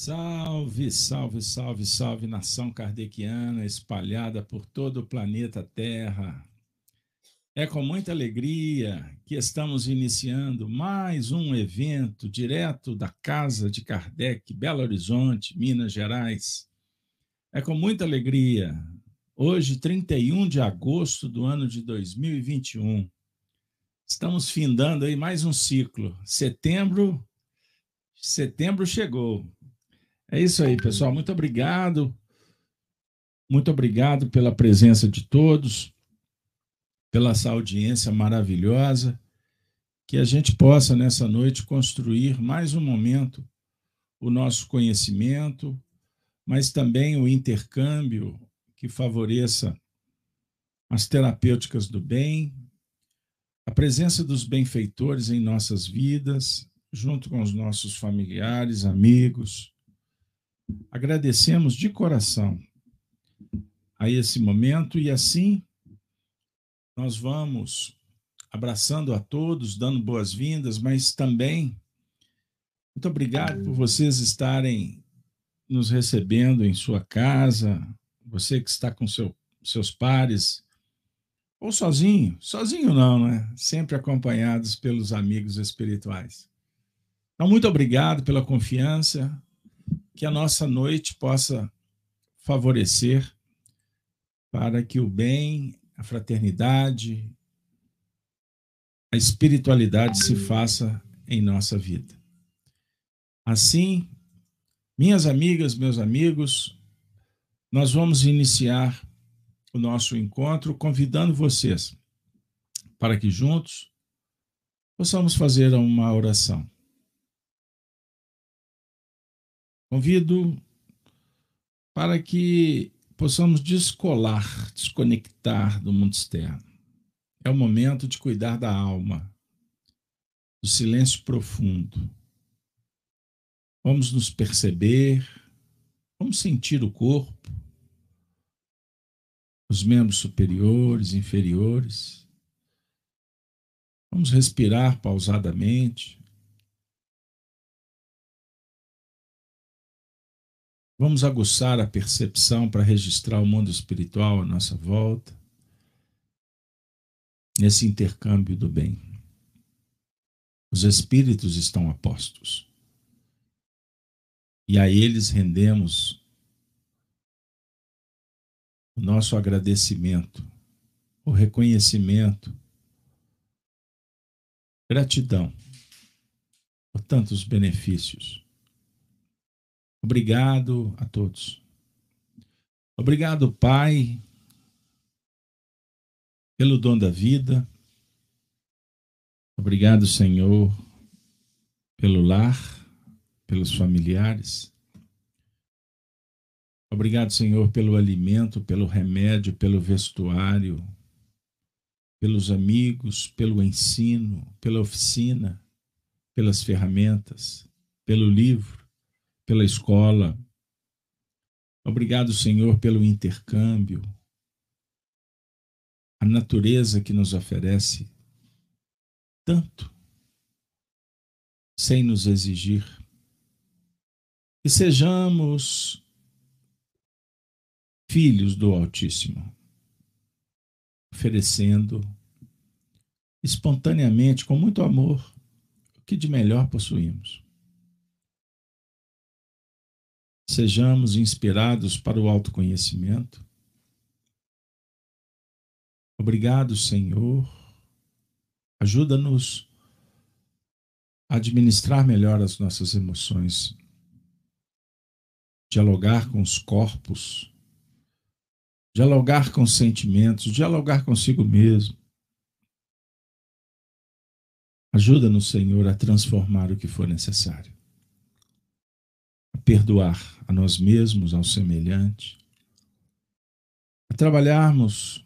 Salve, salve, salve, salve, nação kardeciana espalhada por todo o planeta Terra. É com muita alegria que estamos iniciando mais um evento direto da Casa de Kardec, Belo Horizonte, Minas Gerais. É com muita alegria. Hoje, 31 de agosto do ano de 2021. Estamos findando aí mais um ciclo. Setembro chegou. É isso aí, pessoal. Muito obrigado. Muito obrigado pela presença de todos, pela essa audiência maravilhosa. Que a gente possa, nessa noite, construir mais um momento o nosso conhecimento, mas também o intercâmbio que favoreça as terapêuticas do bem, a presença dos benfeitores em nossas vidas, junto com os nossos familiares, amigos. Agradecemos de coração a esse momento e assim nós vamos abraçando a todos, dando boas-vindas, mas também muito obrigado por vocês estarem nos recebendo em sua casa, você que está com seus pares, ou sozinho não, né? Sempre acompanhados pelos amigos espirituais. Então, muito obrigado pela confiança, que a nossa noite possa favorecer para que o bem, a fraternidade, a espiritualidade se faça em nossa vida. Assim, minhas amigas, meus amigos, nós vamos iniciar o nosso encontro convidando vocês para que juntos possamos fazer uma oração. Convido para que possamos desconectar do mundo externo. É o momento de cuidar da alma, do silêncio profundo. Vamos nos perceber, vamos sentir o corpo, os membros superiores, inferiores. Vamos respirar pausadamente. Vamos aguçar a percepção para registrar o mundo espiritual à nossa volta, nesse intercâmbio do bem. Os espíritos estão a postos. E a eles rendemos o nosso agradecimento, o reconhecimento, gratidão por tantos benefícios. Obrigado a todos. Obrigado, Pai, pelo dom da vida. Obrigado, Senhor, pelo lar, pelos familiares. Obrigado, Senhor, pelo alimento, pelo remédio, pelo vestuário, pelos amigos, pelo ensino, pela oficina, pelas ferramentas, pelo livro, pela escola. Obrigado, Senhor, pelo intercâmbio, a natureza que nos oferece tanto, sem nos exigir. Que sejamos filhos do Altíssimo, oferecendo espontaneamente, com muito amor, o que de melhor possuímos. Sejamos inspirados para o autoconhecimento. Obrigado, Senhor. Ajuda-nos a administrar melhor as nossas emoções, dialogar com os corpos, dialogar com os sentimentos, dialogar consigo mesmo. Ajuda-nos, Senhor, a transformar o que for necessário, a perdoar a nós mesmos, ao semelhante, a trabalharmos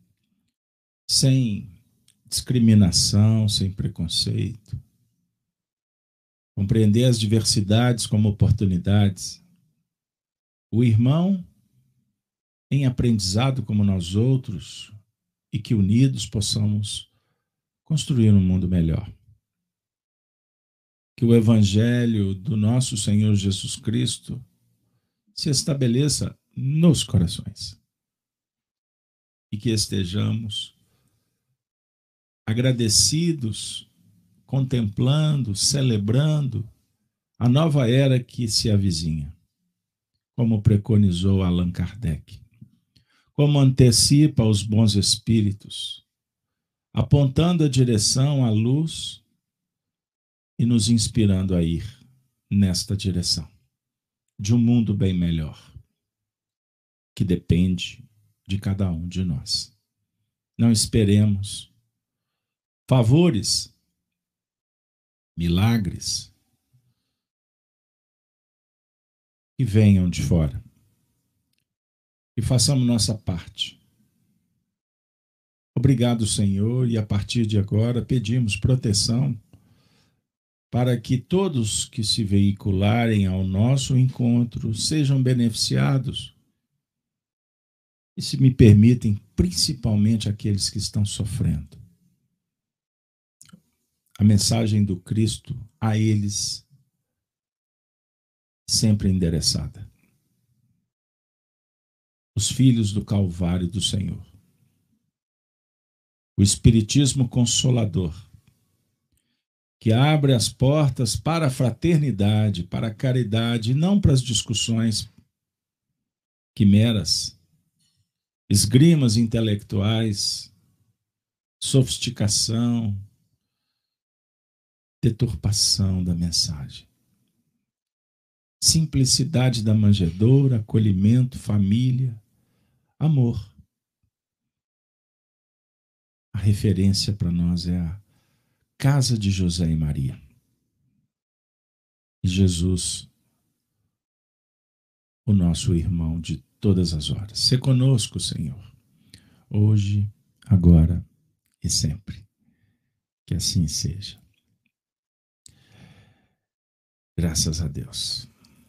sem discriminação, sem preconceito, compreender as diversidades como oportunidades, o irmão em aprendizado como nós outros, e que unidos possamos construir um mundo melhor. que o Evangelho do nosso Senhor Jesus Cristo se estabeleça nos corações e que estejamos agradecidos, contemplando, celebrando a nova era que se avizinha, como preconizou Allan Kardec, como antecipa os bons espíritos, apontando a direção à luz e nos inspirando a ir nesta direção de um mundo bem melhor, que depende de cada um de nós. Não esperemos favores, milagres que venham de fora. E façamos nossa parte. Obrigado, Senhor, e a partir de agora pedimos proteção para que todos que se veicularem ao nosso encontro sejam beneficiados. E, se me permitem, principalmente aqueles que estão sofrendo. A mensagem do Cristo a eles sempre endereçada. Os filhos do Calvário do Senhor. O Espiritismo Consolador, que abre as portas para a fraternidade, para a caridade, e não para as discussões quimeras, esgrimas intelectuais, sofisticação, deturpação da mensagem. Simplicidade da manjedoura, acolhimento, família, amor. A referência para nós é a casa de José e Maria. E Jesus, o nosso irmão de todas as horas. Se conosco, Senhor, hoje, agora e sempre. Que assim seja. Graças a Deus.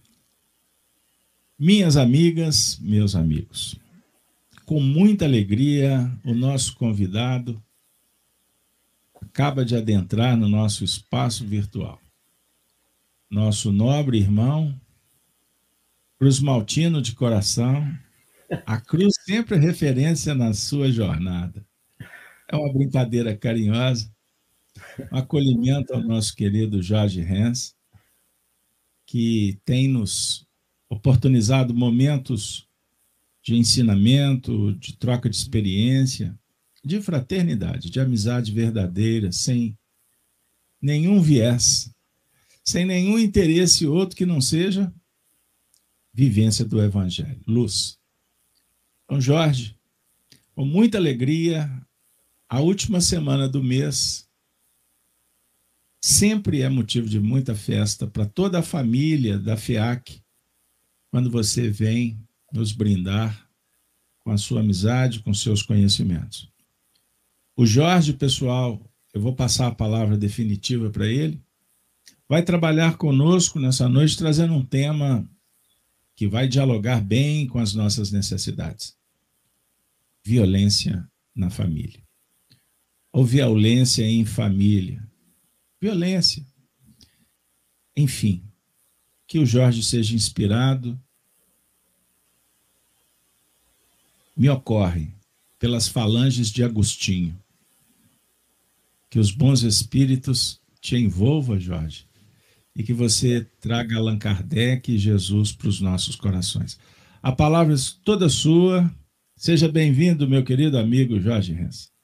Minhas amigas, meus amigos, com muita alegria, o nosso convidado acaba de adentrar no nosso espaço virtual. Nosso nobre irmão, Cruz Maltino de coração, a cruz sempre é referência na sua jornada. É uma brincadeira carinhosa, um acolhimento ao nosso querido Jorge Hens, que tem nos oportunizado momentos de ensinamento, de troca de experiência, de fraternidade, de amizade verdadeira, sem nenhum viés, sem nenhum interesse outro que não seja vivência do Evangelho, luz. Então, Jorge, com muita alegria, a última semana do mês sempre é motivo de muita festa para toda a família da FEAC, quando você vem nos brindar com a sua amizade, com seus conhecimentos. O Jorge, pessoal, eu vou passar a palavra definitiva para ele, vai trabalhar conosco nessa noite trazendo um tema que vai dialogar bem com as nossas necessidades. Violência na família. Ou violência em família. Violência. Enfim, que o Jorge seja inspirado. Me ocorre pelas falanges de Agostinho. Que os bons espíritos te envolvam, Jorge, e que você traga Allan Kardec e Jesus para os nossos corações. A palavra é toda sua. Seja bem-vindo, meu querido amigo Jorge Hens.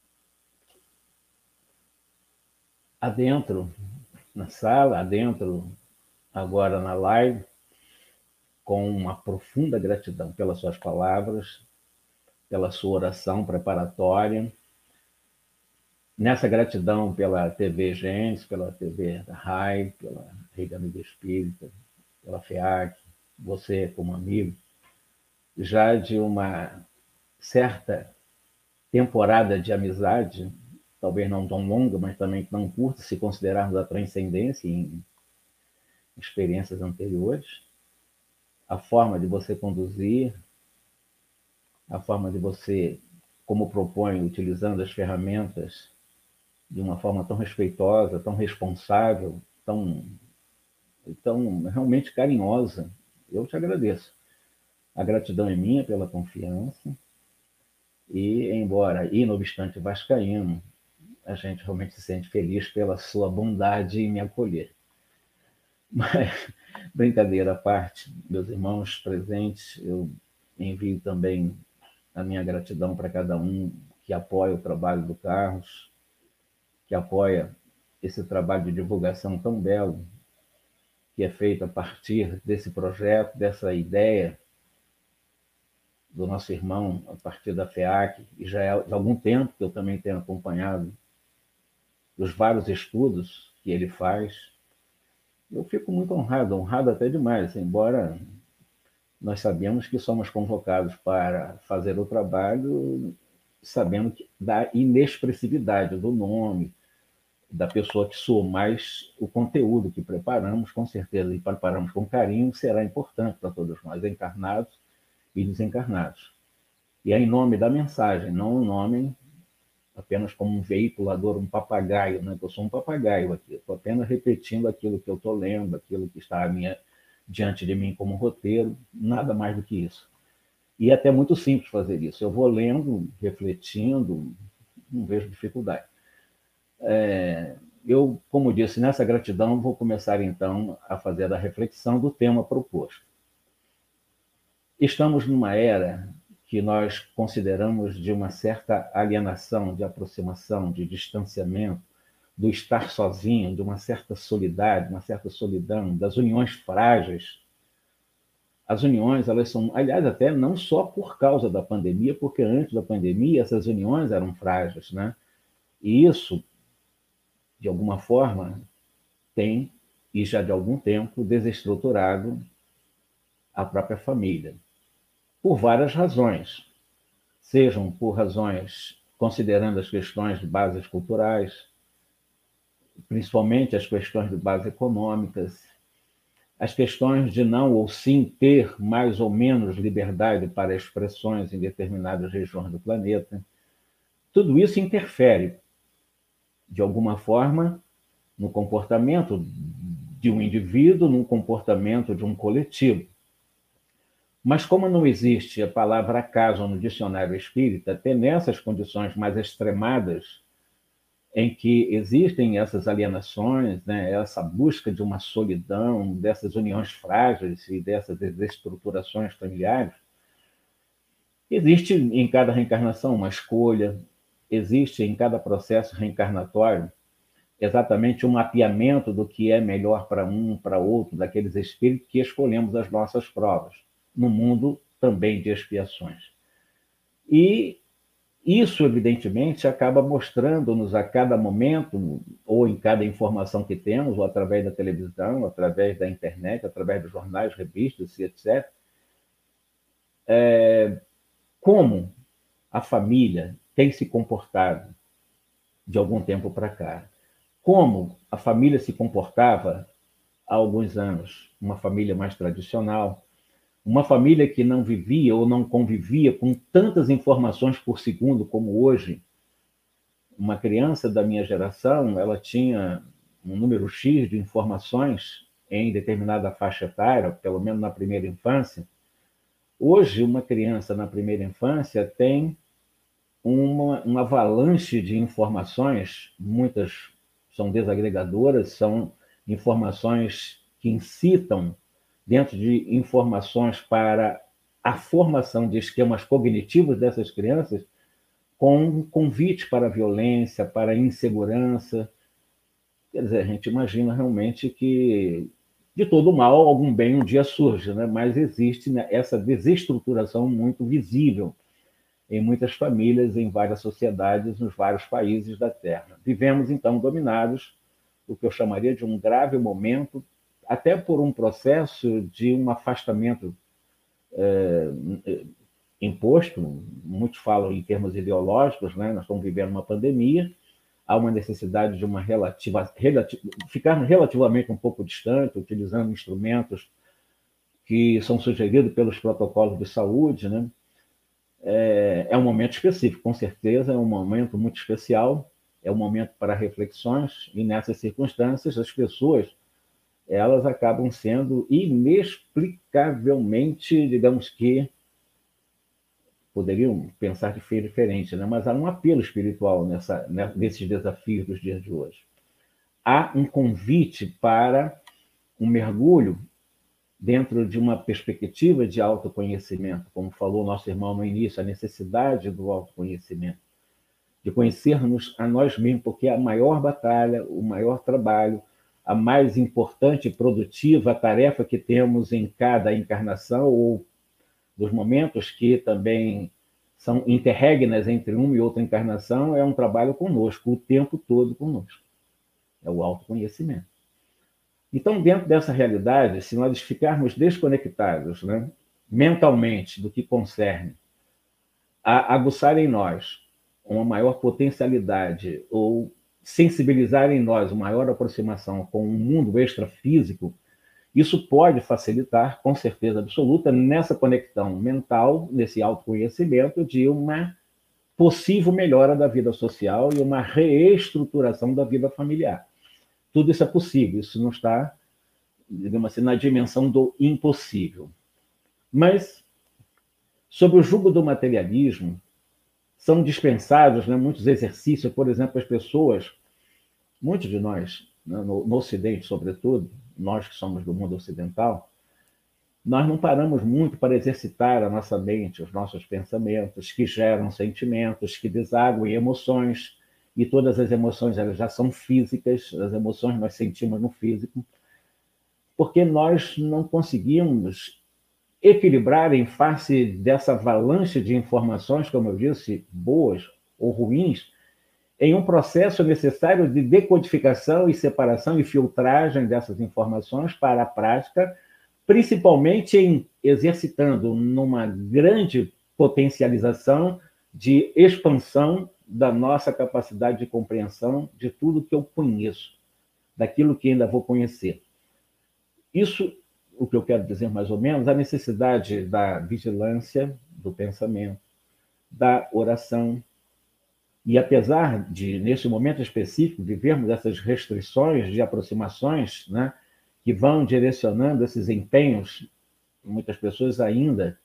Adentro na sala, adentro agora na live, com uma profunda gratidão pelas suas palavras, pela sua oração preparatória, nessa gratidão pela TV Gênesis, pela TV da RAI, pela Rede Amiga Espírita, pela FEAC, você como amigo, já de uma certa temporada de amizade, talvez não tão longa, mas também não curta, se considerarmos a transcendência em experiências anteriores, a forma de você conduzir, a forma de você, como propõe, utilizando as ferramentas de uma forma tão respeitosa, tão responsável, tão realmente carinhosa. Eu te agradeço. A gratidão é minha pela confiança e, não obstante vascaíno, a gente realmente se sente feliz pela sua bondade em me acolher. Mas, brincadeira à parte, meus irmãos presentes, eu envio também a minha gratidão para cada um que apoia o trabalho do Carlos, que apoia esse trabalho de divulgação tão belo que é feito a partir desse projeto, dessa ideia do nosso irmão, a partir da FEAC, e já é de algum tempo que eu também tenho acompanhado os vários estudos que ele faz. Eu fico muito honrado até demais, embora nós sabemos que somos convocados para fazer o trabalho sabendo da inexpressividade do nome, da pessoa que soa, mas o conteúdo que preparamos, com certeza, e preparamos com carinho, será importante para todos nós, encarnados e desencarnados. E é em nome da mensagem, não em nome apenas como um veiculador, um papagaio, né? Eu sou um papagaio aqui, estou apenas repetindo aquilo que eu estou lendo, aquilo que está diante de mim como roteiro, nada mais do que isso. E é até muito simples fazer isso. Eu vou lendo, refletindo, não vejo dificuldade. Eu, como disse, nessa gratidão, vou começar então a fazer a reflexão do tema proposto. Estamos numa era que nós consideramos de uma certa alienação, de aproximação, de distanciamento, do estar sozinho, de uma certa solidão, das uniões frágeis. As uniões, elas são, aliás, até não só por causa da pandemia, porque antes da pandemia essas uniões eram frágeis, né? E isso, de alguma forma, tem, e já de algum tempo, desestruturado a própria família. Por várias razões, sejam por razões considerando as questões de bases culturais, principalmente as questões de base econômicas, as questões de não ou sim ter mais ou menos liberdade para expressões em determinadas regiões do planeta. Tudo isso interfere, de alguma forma, no comportamento de um indivíduo, no comportamento de um coletivo. Mas como não existe a palavra acaso no dicionário espírita, até nessas condições mais extremadas, em que existem essas alienações, né, essa busca de uma solidão, dessas uniões frágeis e dessas desestruturações familiares, existe em cada reencarnação uma escolha, existe em cada processo reencarnatório exatamente um mapeamento do que é melhor para um, para outro, daqueles espíritos que escolhemos as nossas provas, no mundo também de expiações. E isso, evidentemente, acaba mostrando-nos a cada momento, ou em cada informação que temos, ou através da televisão, através da internet, através dos jornais, revistas, etc., como a família tem se comportado de algum tempo para cá. Como a família se comportava há alguns anos, uma família mais tradicional, uma família que não vivia ou não convivia com tantas informações por segundo como hoje. Uma criança da minha geração, ela tinha um número X de informações em determinada faixa etária, pelo menos na primeira infância. Hoje, uma criança na primeira infância tem uma avalanche de informações, muitas são desagregadoras, são informações que incitam dentro de informações para a formação de esquemas cognitivos dessas crianças, com um convite para a violência, para a insegurança. Quer dizer, a gente imagina realmente que de todo mal algum bem um dia surge, né? Mas existe, né, essa desestruturação muito visível em muitas famílias, em várias sociedades, nos vários países da Terra. Vivemos, então, dominados, o que eu chamaria de um grave momento, até por um processo de um afastamento imposto, muitos falam em termos ideológicos, né? Nós estamos vivendo uma pandemia, há uma necessidade de ficar relativamente um pouco distante, utilizando instrumentos que são sugeridos pelos protocolos de saúde, né? É um momento específico, com certeza, é um momento muito especial, é um momento para reflexões, e nessas circunstâncias as pessoas elas acabam sendo inexplicavelmente, digamos que, poderiam pensar de feito diferente, né? Mas há um apelo espiritual nesses desafios dos dias de hoje. Há um convite para um mergulho dentro de uma perspectiva de autoconhecimento, como falou nosso irmão no início, a necessidade do autoconhecimento, de conhecermos a nós mesmos, porque a maior batalha, o maior trabalho, a mais importante e produtiva tarefa que temos em cada encarnação, ou dos momentos que também são interregnas entre uma e outra encarnação, é um trabalho conosco, o tempo todo conosco. É o autoconhecimento. Então, dentro dessa realidade, se nós ficarmos desconectados, né, mentalmente do que concerne a aguçar em nós uma maior potencialidade ou sensibilizar em nós uma maior aproximação com o mundo extrafísico, isso pode facilitar, com certeza absoluta, nessa conexão mental, nesse autoconhecimento, de uma possível melhora da vida social e uma reestruturação da vida familiar. Tudo isso é possível, isso não está, digamos assim, na dimensão do impossível. Mas, sob o jugo do materialismo, são dispensados, né, muitos exercícios, por exemplo, as pessoas, muitos de nós, né, no Ocidente, sobretudo, nós que somos do mundo ocidental, nós não paramos muito para exercitar a nossa mente, os nossos pensamentos, que geram sentimentos, que desaguam em emoções, e todas as emoções elas já são físicas, as emoções nós sentimos no físico, porque nós não conseguimos equilibrar em face dessa avalanche de informações, como eu disse, boas ou ruins, em um processo necessário de decodificação e separação e filtragem dessas informações para a prática, principalmente em exercitando numa grande potencialização de expansão da nossa capacidade de compreensão de tudo que eu conheço, daquilo que ainda vou conhecer. Isso, o que eu quero dizer mais ou menos, a necessidade da vigilância do pensamento, da oração. E apesar de, nesse momento específico, vivermos essas restrições de aproximações, né, que vão direcionando esses empenhos, muitas pessoas ainda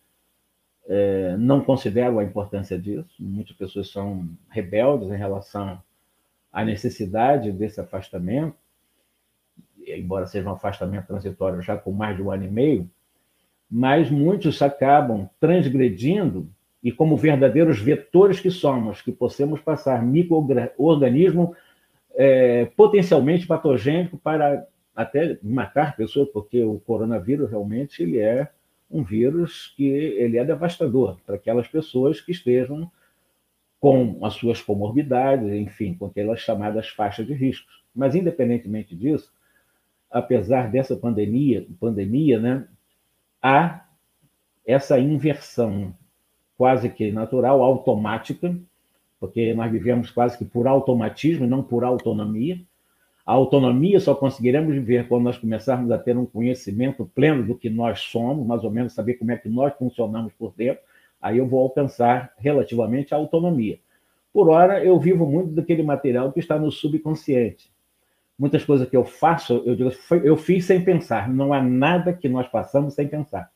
não consideram a importância disso, muitas pessoas são rebeldes em relação à necessidade desse afastamento, embora seja um afastamento transitório já com mais de 1 ano e meio, mas muitos acabam transgredindo e como verdadeiros vetores que somos, que possamos passar micro-organismo potencialmente patogênico para até matar pessoas, porque o coronavírus realmente ele é um vírus que ele é devastador para aquelas pessoas que estejam com as suas comorbidades, enfim, com aquelas chamadas faixas de riscos. Mas, independentemente disso, apesar dessa pandemia, né, há essa inversão quase que natural, automática, porque nós vivemos quase que por automatismo e não por autonomia. A autonomia só conseguiremos viver quando nós começarmos a ter um conhecimento pleno do que nós somos, mais ou menos saber como é que nós funcionamos por dentro, aí eu vou alcançar relativamente a autonomia. Por ora, eu vivo muito daquele material que está no subconsciente. Muitas coisas que eu faço, eu digo, eu fiz sem pensar. Não há nada que nós façamos sem pensar.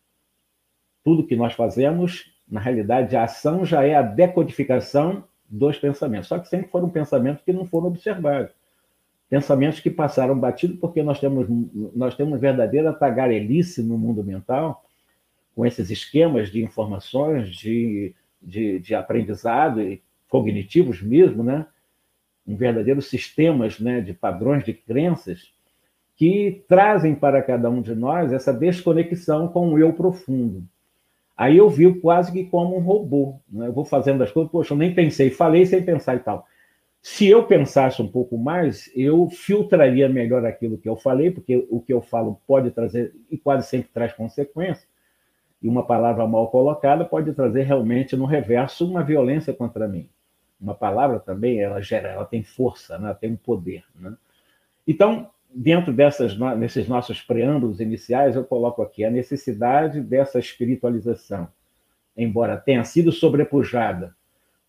Tudo que nós fazemos, na realidade, a ação já é a decodificação dos pensamentos. Só que sempre foram pensamentos que não foram observados. Pensamentos que passaram batido porque nós temos verdadeira tagarelice no mundo mental, com esses esquemas de informações, de aprendizado, e cognitivos mesmo, né? Um verdadeiro sistemas, né, de padrões de crenças que trazem para cada um de nós essa desconexão com o eu profundo. Aí eu vi quase que como um robô, né? Eu vou fazendo as coisas, poxa, eu nem pensei, falei sem pensar e tal. Se eu pensasse um pouco mais, eu filtraria melhor aquilo que eu falei, porque o que eu falo pode trazer, e quase sempre traz consequências, e uma palavra mal colocada pode trazer realmente no reverso uma violência contra mim. Uma palavra também, ela tem força, né? Ela tem um poder, né? Então, dentro desses nossos preâmbulos iniciais, eu coloco aqui a necessidade dessa espiritualização, embora tenha sido sobrepujada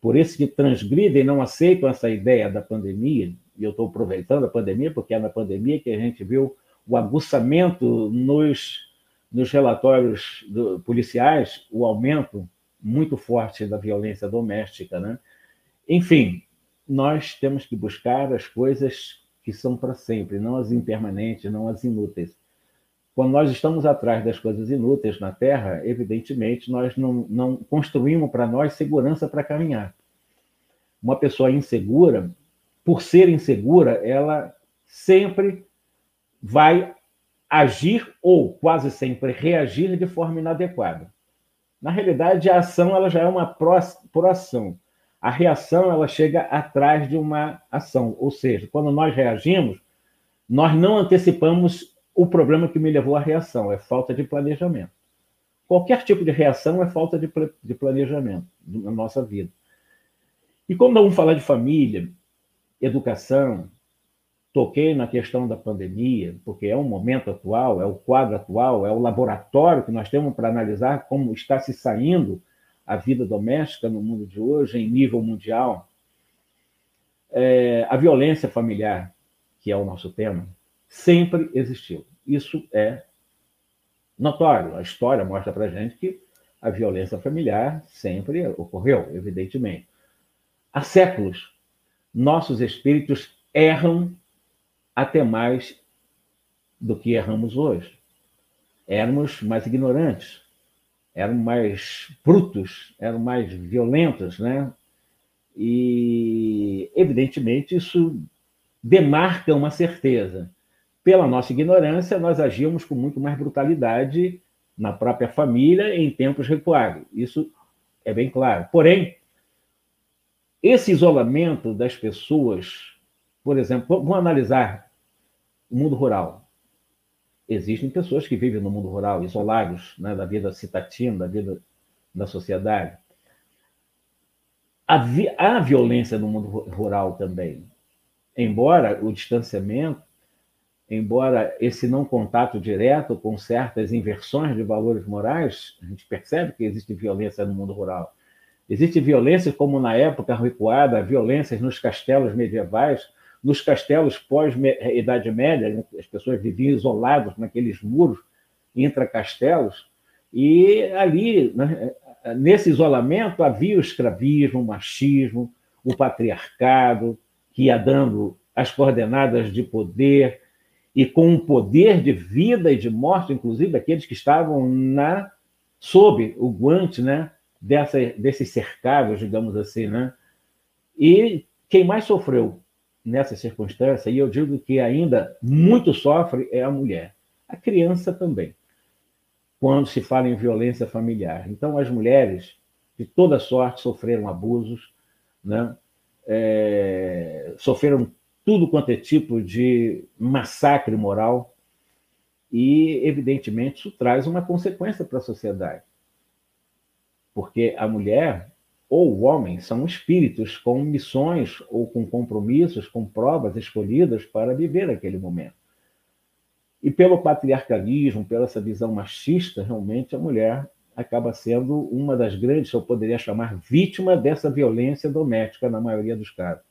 por esses que transgridem e não aceitam essa ideia da pandemia, e eu estou aproveitando a pandemia, porque é na pandemia que a gente viu o aguçamento nos relatórios policiais, o aumento muito forte da violência doméstica, né? Enfim, nós temos que buscar as coisas que são para sempre, não as impermanentes, não as inúteis. Quando nós estamos atrás das coisas inúteis na Terra, evidentemente, nós não construímos para nós segurança para caminhar. Uma pessoa insegura, por ser insegura, ela sempre vai agir ou quase sempre reagir de forma inadequada. Na realidade, a ação ela já é uma proação. A reação ela chega atrás de uma ação, ou seja, quando nós reagimos, nós não antecipamos o problema que me levou à reação, é falta de planejamento. Qualquer tipo de reação é falta de planejamento na nossa vida. E quando vamos falar de família, educação, toquei na questão da pandemia, porque é um momento atual, é o quadro atual, é o laboratório que nós temos para analisar como está se saindo a vida doméstica no mundo de hoje, em nível mundial. A violência familiar, que é o nosso tema, sempre existiu. Isso é notório. A história mostra para a gente que a violência familiar sempre ocorreu, evidentemente. Há séculos, nossos espíritos erram até mais do que erramos hoje. Éramos mais ignorantes, éramos mais brutos, éramos mais violentos, né? E, evidentemente, isso demarca uma certeza. Pela nossa ignorância, nós agíamos com muito mais brutalidade na própria família em tempos recuados. Isso é bem claro. Porém, esse isolamento das pessoas, por exemplo, vamos analisar o mundo rural. Existem pessoas que vivem no mundo rural, isolados, né, da vida citadina, da vida da sociedade. Há violência no mundo rural também. Embora o distanciamento, embora esse não contato direto com certas inversões de valores morais, a gente percebe que existe violência no mundo rural. Existe violência, como na época recuada, violências nos castelos medievais, nos castelos pós-Idade Média, as pessoas viviam isoladas naqueles muros intracastelos, e ali, né, nesse isolamento, havia o escravismo, o machismo, o patriarcado, que ia dando as coordenadas de poder, e com um poder de vida e de morte, inclusive, daqueles que estavam sob o guante, né, desses cercados, digamos assim. Né? E quem mais sofreu nessa circunstância, e eu digo que ainda muito sofre, é a mulher. A criança também, quando se fala em violência familiar. Então, as mulheres, de toda sorte, sofreram abusos, né? Sofreram tudo quanto é tipo de massacre moral, e, evidentemente, isso traz uma consequência para a sociedade. Porque a mulher ou o homem são espíritos com missões ou com compromissos, com provas escolhidas para viver aquele momento. E pelo patriarcalismo, pela essa visão machista, realmente a mulher acaba sendo uma das grandes, eu poderia chamar, vítima dessa violência doméstica, na maioria dos casos.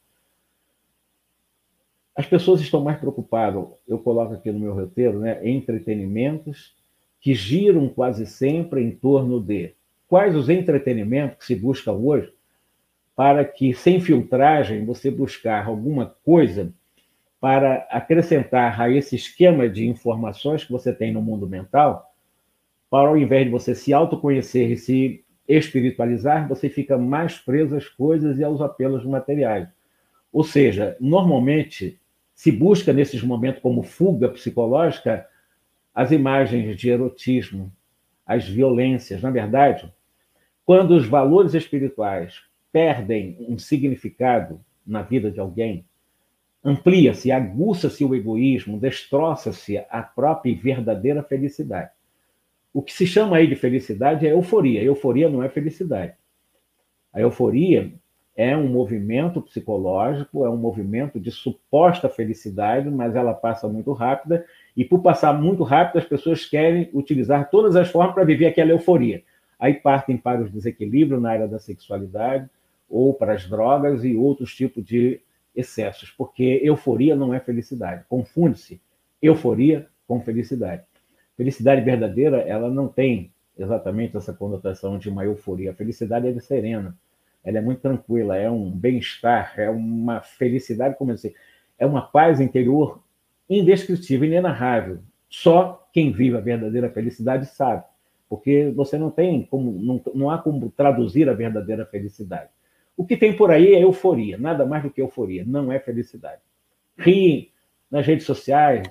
As pessoas estão mais preocupadas, eu coloco aqui no meu roteiro, né, entretenimentos que giram quase sempre em torno de quais os entretenimentos que se busca hoje para que, sem filtragem, você buscar alguma coisa para acrescentar a esse esquema de informações que você tem no mundo mental, para, ao invés de você se autoconhecer e se espiritualizar, você fica mais preso às coisas e aos apelos materiais. Ou seja, normalmente se busca nesses momentos como fuga psicológica as imagens de erotismo, as violências. Na verdade, quando os valores espirituais perdem um significado na vida de alguém, amplia-se, aguça-se o egoísmo, destroça-se a própria e verdadeira felicidade. O que se chama aí de felicidade é euforia. Euforia não é felicidade. A euforia é um movimento psicológico, é um movimento de suposta felicidade, mas ela passa muito rápida, e por passar muito rápido, as pessoas querem utilizar todas as formas para viver aquela euforia. Aí partem para os desequilíbrios na área da sexualidade, ou para as drogas e outros tipos de excessos, porque euforia não é felicidade. Confunde-se euforia com felicidade. Felicidade verdadeira, ela não tem exatamente essa conotação de uma euforia. A felicidade é serena, ela é muito tranquila, é um bem-estar, é uma felicidade, como eu disse, é uma paz interior indescritível, inenarrável. Só quem vive a verdadeira felicidade sabe, porque você não tem como, não há como traduzir a verdadeira felicidade. O que tem por aí é euforia, nada mais do que euforia, não é felicidade. Ri nas redes sociais,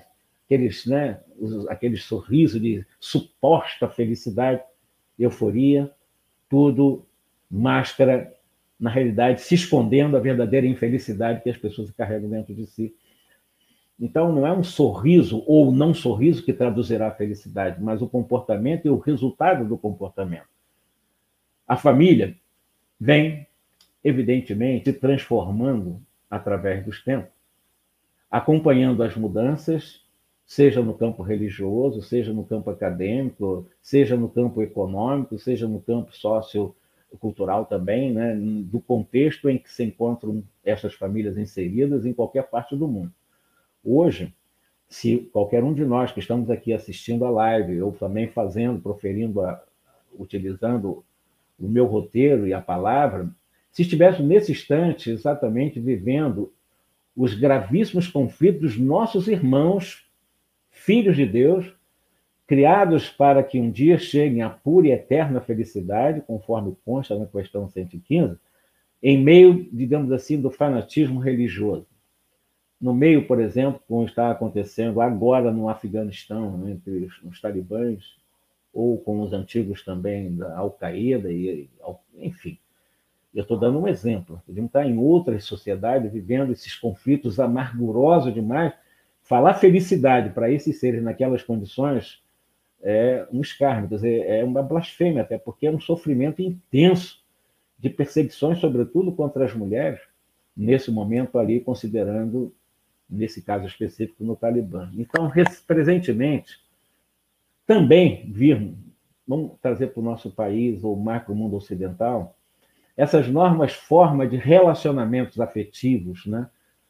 aqueles sorrisos de suposta felicidade, euforia, tudo máscara, na realidade, se escondendo a verdadeira infelicidade que as pessoas carregam dentro de si. Então, não é um sorriso ou não sorriso que traduzirá a felicidade, mas o comportamento e o resultado do comportamento. A família vem, evidentemente, se transformando através dos tempos, acompanhando as mudanças, seja no campo religioso, seja no campo acadêmico, seja no campo econômico, seja no campo sociocultural também, né, do contexto em que se encontram essas famílias inseridas em qualquer parte do mundo. Hoje, se qualquer um de nós que estamos aqui assistindo a live, ou também proferindo, utilizando o meu roteiro e a palavra, se estivéssemos nesse instante exatamente vivendo os gravíssimos conflitos dos nossos irmãos, filhos de Deus, criados para que um dia cheguem à pura e eterna felicidade, conforme consta na questão 115, em meio, digamos assim, do fanatismo religioso. No meio, por exemplo, como está acontecendo agora no Afeganistão, entre os talibãs, ou com os antigos também da Al-Qaeda, enfim. Eu estou dando um exemplo. Podemos estar em outras sociedades vivendo esses conflitos amargurosos demais. Falar felicidade para esses seres naquelas condições é um escárnio, quer dizer, é uma blasfêmia, até porque é um sofrimento intenso de perseguições, sobretudo contra as mulheres, nesse momento ali, considerando, nesse caso específico, no Talibã. Então, presentemente, também vamos trazer para o nosso país, ou macro mundo ocidental, essas normas, formas de relacionamentos afetivos, né?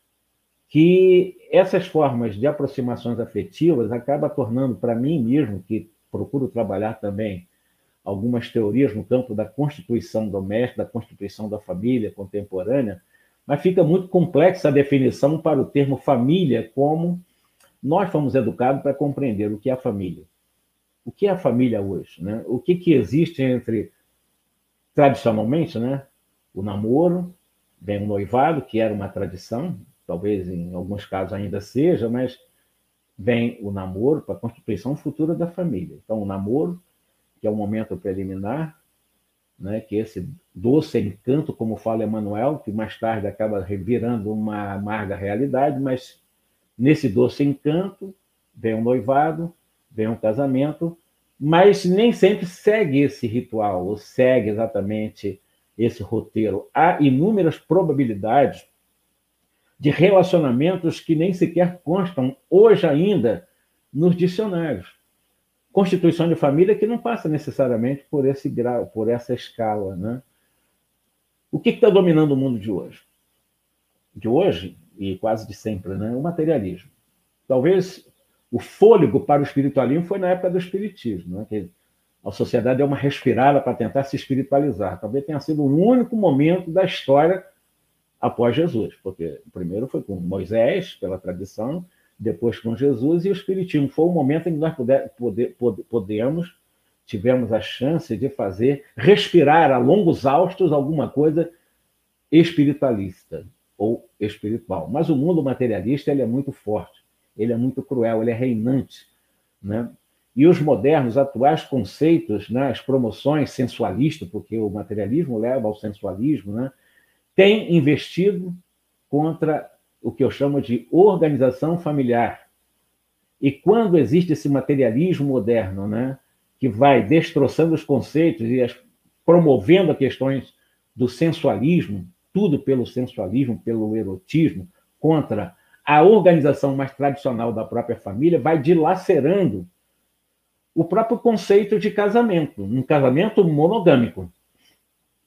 Que essas formas de aproximações afetivas acabam tornando, para mim mesmo, que procuro trabalhar também algumas teorias no campo da constituição doméstica, da constituição da família contemporânea, mas fica muito complexa a definição para o termo família, como nós fomos educados para compreender o que é a família. O que é a família hoje? Né? O que existe entre, tradicionalmente, né? O namoro, vem o noivado, que era uma tradição, talvez em alguns casos ainda seja, mas vem o namoro para a constituição futura da família. Então, o namoro, que é o momento preliminar, né, que esse doce encanto, como fala Emmanuel, que mais tarde acaba revirando uma amarga realidade, mas nesse doce encanto vem o noivado, vem o casamento, mas nem sempre segue esse ritual, ou segue exatamente esse roteiro. Há inúmeras probabilidades de relacionamentos que nem sequer constam hoje ainda nos dicionários. Constituição de família que não passa necessariamente por esse grau, por essa escala, né? O que está dominando o mundo de hoje? De hoje, e quase de sempre, né? O materialismo. Talvez o fôlego para o espiritualismo foi na época do espiritismo, né? Que a sociedade deu uma respirada para tentar se espiritualizar. Talvez tenha sido o único momento da história após Jesus, porque o primeiro foi com Moisés, pela tradição, depois com Jesus, e o Espiritismo. Foi o momento em que nós tivemos a chance de fazer, respirar a longos haustos alguma coisa espiritualista ou espiritual. Mas o mundo materialista ele é muito forte, ele é muito cruel, ele é reinante, né? E os modernos, atuais conceitos, né, as promoções sensualistas, porque o materialismo leva ao sensualismo, né, tem investido contra o que eu chamo de organização familiar. E quando existe esse materialismo moderno, né, que vai destroçando os conceitos e promovendo as questões do sensualismo, tudo pelo sensualismo, pelo erotismo, contra a organização mais tradicional da própria família, vai dilacerando o próprio conceito de casamento, um casamento monogâmico.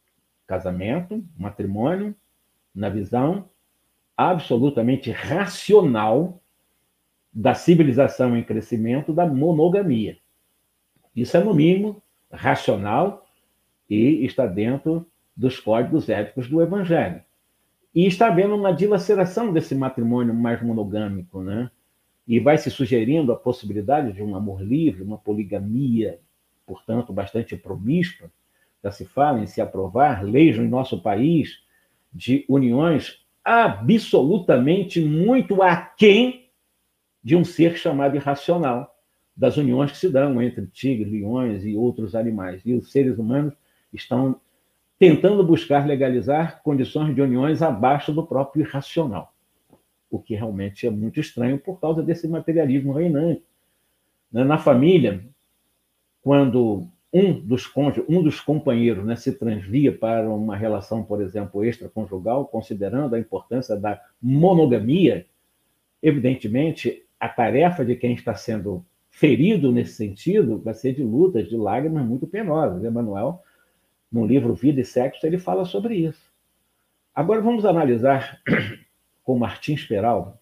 casamento, matrimônio, na visão absolutamente racional da civilização em crescimento da monogamia. Isso é, no mínimo, racional e está dentro dos códigos éticos do Evangelho. E está havendo uma dilaceração desse matrimônio mais monogâmico, né? E vai se sugerindo a possibilidade de um amor livre, uma poligamia, portanto, bastante promíscua. Já se fala em se aprovar leis no nosso país de uniões absolutamente muito aquém de um ser chamado irracional, das uniões que se dão entre tigres, leões e outros animais. E os seres humanos estão tentando buscar legalizar condições de uniões abaixo do próprio irracional, o que realmente é muito estranho por causa desse materialismo reinante. Na família, quando um dos companheiros, né, se transvia para uma relação, por exemplo, extraconjugal, considerando a importância da monogamia, evidentemente, a tarefa de quem está sendo ferido nesse sentido vai ser de lutas, de lágrimas muito penosas. Emmanuel, no livro Vida e Sexo, ele fala sobre isso. Agora vamos analisar com Martins Peralva.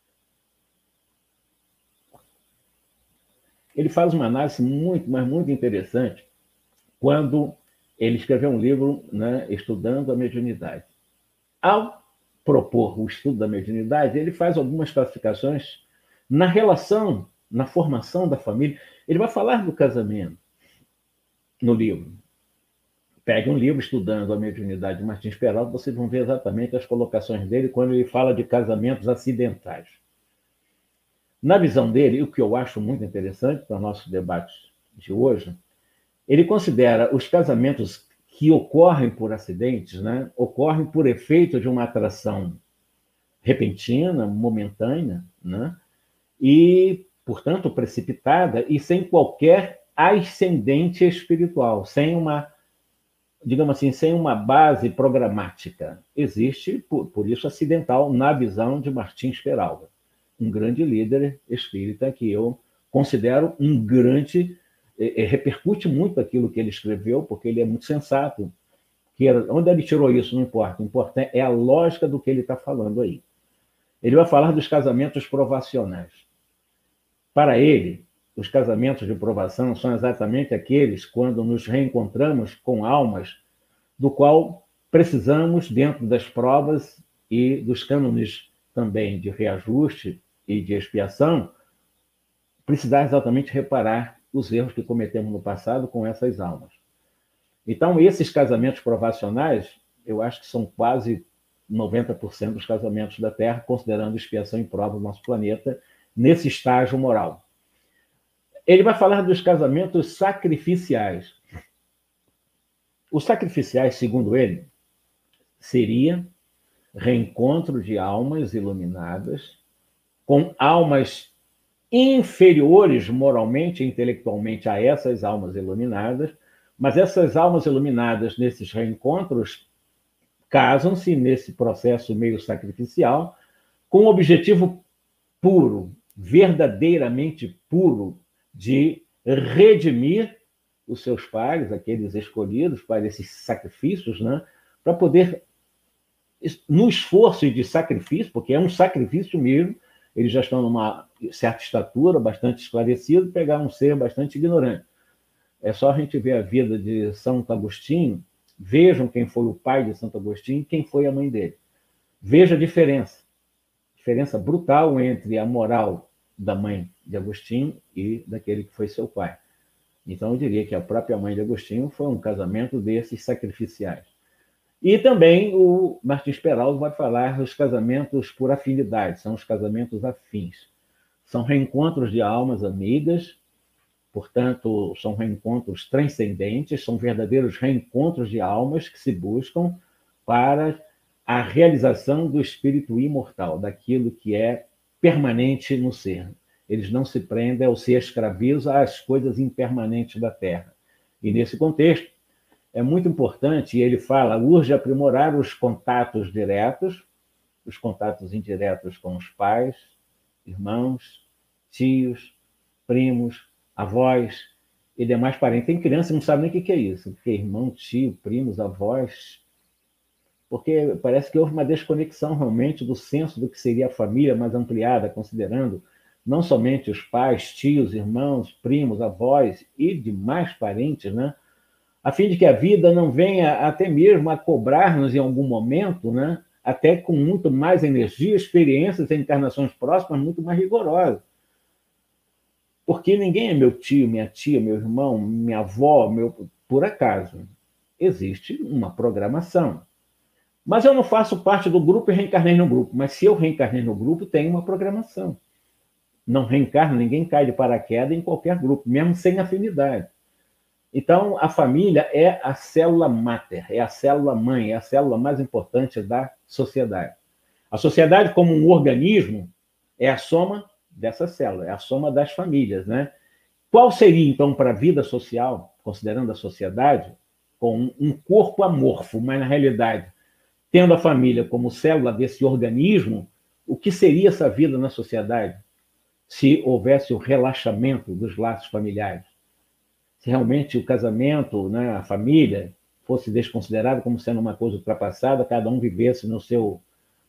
Ele faz uma análise muito, mas muito interessante quando ele escreveu um livro, né, Estudando a Mediunidade. Ao propor o estudo da mediunidade, ele faz algumas classificações na relação, na formação da família. Ele vai falar do casamento no livro. Pegue um livro Estudando a Mediunidade de Martins Peralta, vocês vão ver exatamente as colocações dele quando ele fala de casamentos acidentais. Na visão dele, o que eu acho muito interessante para o nosso debate de hoje, ele considera os casamentos que ocorrem por acidentes, né, ocorrem por efeito de uma atração repentina, momentânea, né, e, portanto, precipitada e sem qualquer ascendente espiritual, sem uma, digamos assim, sem uma base programática. Existe, por isso, acidental na visão de Martins Peralva, um grande líder espírita que eu considero um grande, repercute muito aquilo que ele escreveu, porque ele é muito sensato. Onde ele tirou isso não importa, o importante é a lógica do que ele está falando aí. Ele vai falar dos casamentos provacionais. Para ele, os casamentos de provação são exatamente aqueles quando nos reencontramos com almas do qual precisamos, dentro das provas e dos cânones também de reajuste e de expiação, precisar exatamente reparar os erros que cometemos no passado com essas almas. Então, esses casamentos provacionais, eu acho que são quase 90% dos casamentos da Terra, considerando expiação e prova do nosso planeta, nesse estágio moral. Ele vai falar dos casamentos sacrificiais. Os sacrificiais, segundo ele, seria reencontro de almas iluminadas com almas inferiores moralmente e intelectualmente a essas almas iluminadas, mas essas almas iluminadas nesses reencontros casam-se nesse processo meio sacrificial com o objetivo puro, verdadeiramente puro, de redimir os seus pares, aqueles escolhidos para esses sacrifícios, né, para poder, no esforço de sacrifício, porque é um sacrifício mesmo, eles já estão numa certa estatura, bastante esclarecido, pegar um ser bastante ignorante. É só a gente ver a vida de Santo Agostinho, vejam quem foi o pai de Santo Agostinho e quem foi a mãe dele. Veja a diferença brutal entre a moral da mãe de Agostinho e daquele que foi seu pai. Então, eu diria que a própria mãe de Agostinho foi um casamento desses sacrificiais. E também o Martins Peralta vai falar dos casamentos por afinidade, são os casamentos afins. São reencontros de almas amigas, portanto, são reencontros transcendentes, são verdadeiros reencontros de almas que se buscam para a realização do espírito imortal, daquilo que é permanente no ser. Eles não se prendem ou se escravizam às coisas impermanentes da Terra. E nesse contexto, é muito importante, e ele fala, urge aprimorar os contatos diretos, os contatos indiretos com os pais, irmãos, tios, primos, avós e demais parentes. Tem criança que não sabe nem o que é isso, porque irmão, tio, primos, avós, porque parece que houve uma desconexão realmente do senso do que seria a família mais ampliada, considerando não somente os pais, tios, irmãos, primos, avós e demais parentes, né? A fim de que a vida não venha até mesmo a cobrar-nos em algum momento, né? Até com muito mais energia, experiências e encarnações próximas muito mais rigorosas. Porque ninguém é meu tio, minha tia, meu irmão, minha avó, por acaso. Existe uma programação. Mas eu não faço parte do grupo e reencarnei no grupo. Mas se eu reencarnei no grupo, tem uma programação. Não reencarno, ninguém cai de paraquedas em qualquer grupo, mesmo sem afinidade. Então, a família é a célula máter, é a célula mãe, é a célula mais importante da sociedade. A sociedade, como um organismo, é a soma dessa célula, é a soma das famílias, né? Qual seria, então, para a vida social, considerando a sociedade, com um corpo amorfo, mas, na realidade, tendo a família como célula desse organismo, o que seria essa vida na sociedade se houvesse o relaxamento dos laços familiares? Se realmente o casamento, né, a família, fosse desconsiderado como sendo uma coisa ultrapassada, cada um vivesse no seu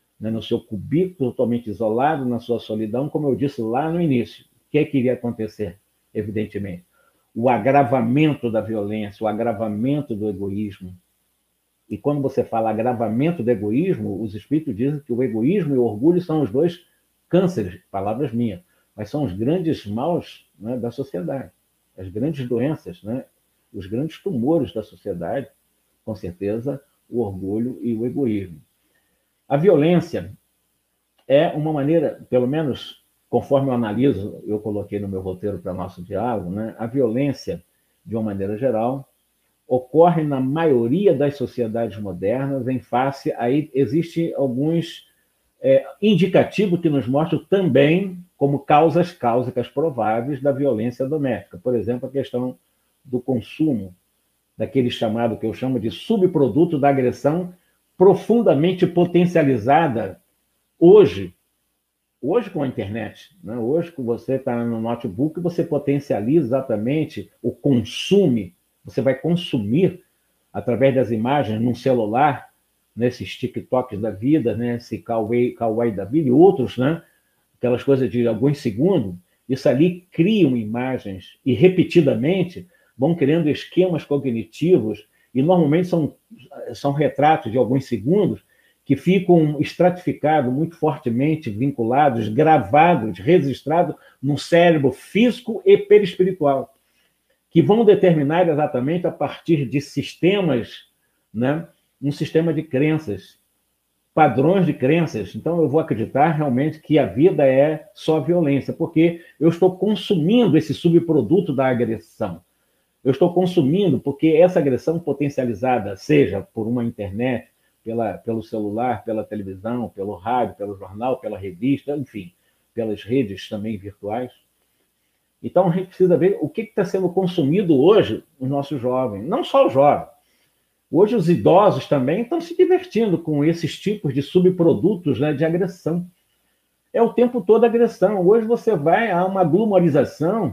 cubículo, totalmente isolado, na sua solidão, como eu disse lá no início. O que é que iria acontecer? Evidentemente, o agravamento da violência, o agravamento do egoísmo. E quando você fala agravamento do egoísmo, os espíritos dizem que o egoísmo e o orgulho são os dois cânceres, palavras minhas, mas são os grandes maus, né, da sociedade, as grandes doenças, né, os grandes tumores da sociedade, com certeza, o orgulho e o egoísmo. A violência é uma maneira, pelo menos conforme eu analiso, eu coloquei no meu roteiro para nosso diálogo, né, a violência, de uma maneira geral, ocorre na maioria das sociedades modernas em face, aí existem alguns indicativos que nos mostram também como causas cáusicas prováveis da violência doméstica. Por exemplo, a questão do consumo, daquele chamado, que eu chamo de subproduto da agressão profundamente potencializada hoje com a internet, né? Hoje que você está no notebook, você potencializa exatamente o consumo, você vai consumir através das imagens num celular, nesses TikToks da vida, né? Esse Kawaii da vida e outros, né? Aquelas coisas de alguns segundos, isso ali criam imagens e repetidamente vão criando esquemas cognitivos e normalmente são retratos de alguns segundos que ficam estratificados, muito fortemente vinculados, gravados, registrados no cérebro físico e perispiritual, que vão determinar exatamente a partir de sistemas, né, um sistema de crenças, padrões de crenças. Então, eu vou acreditar realmente que a vida é só violência, porque eu estou consumindo esse subproduto da agressão. Eu estou consumindo porque essa agressão potencializada, seja por uma internet, pelo celular, pela televisão, pelo rádio, pelo jornal, pela revista, enfim, pelas redes também virtuais. Então, a gente precisa ver o que está sendo consumido hoje os nossos jovens. Não só os jovens. Hoje, os idosos também estão se divertindo com esses tipos de subprodutos, né, de agressão. É o tempo todo agressão. Hoje você vai a uma glamorização,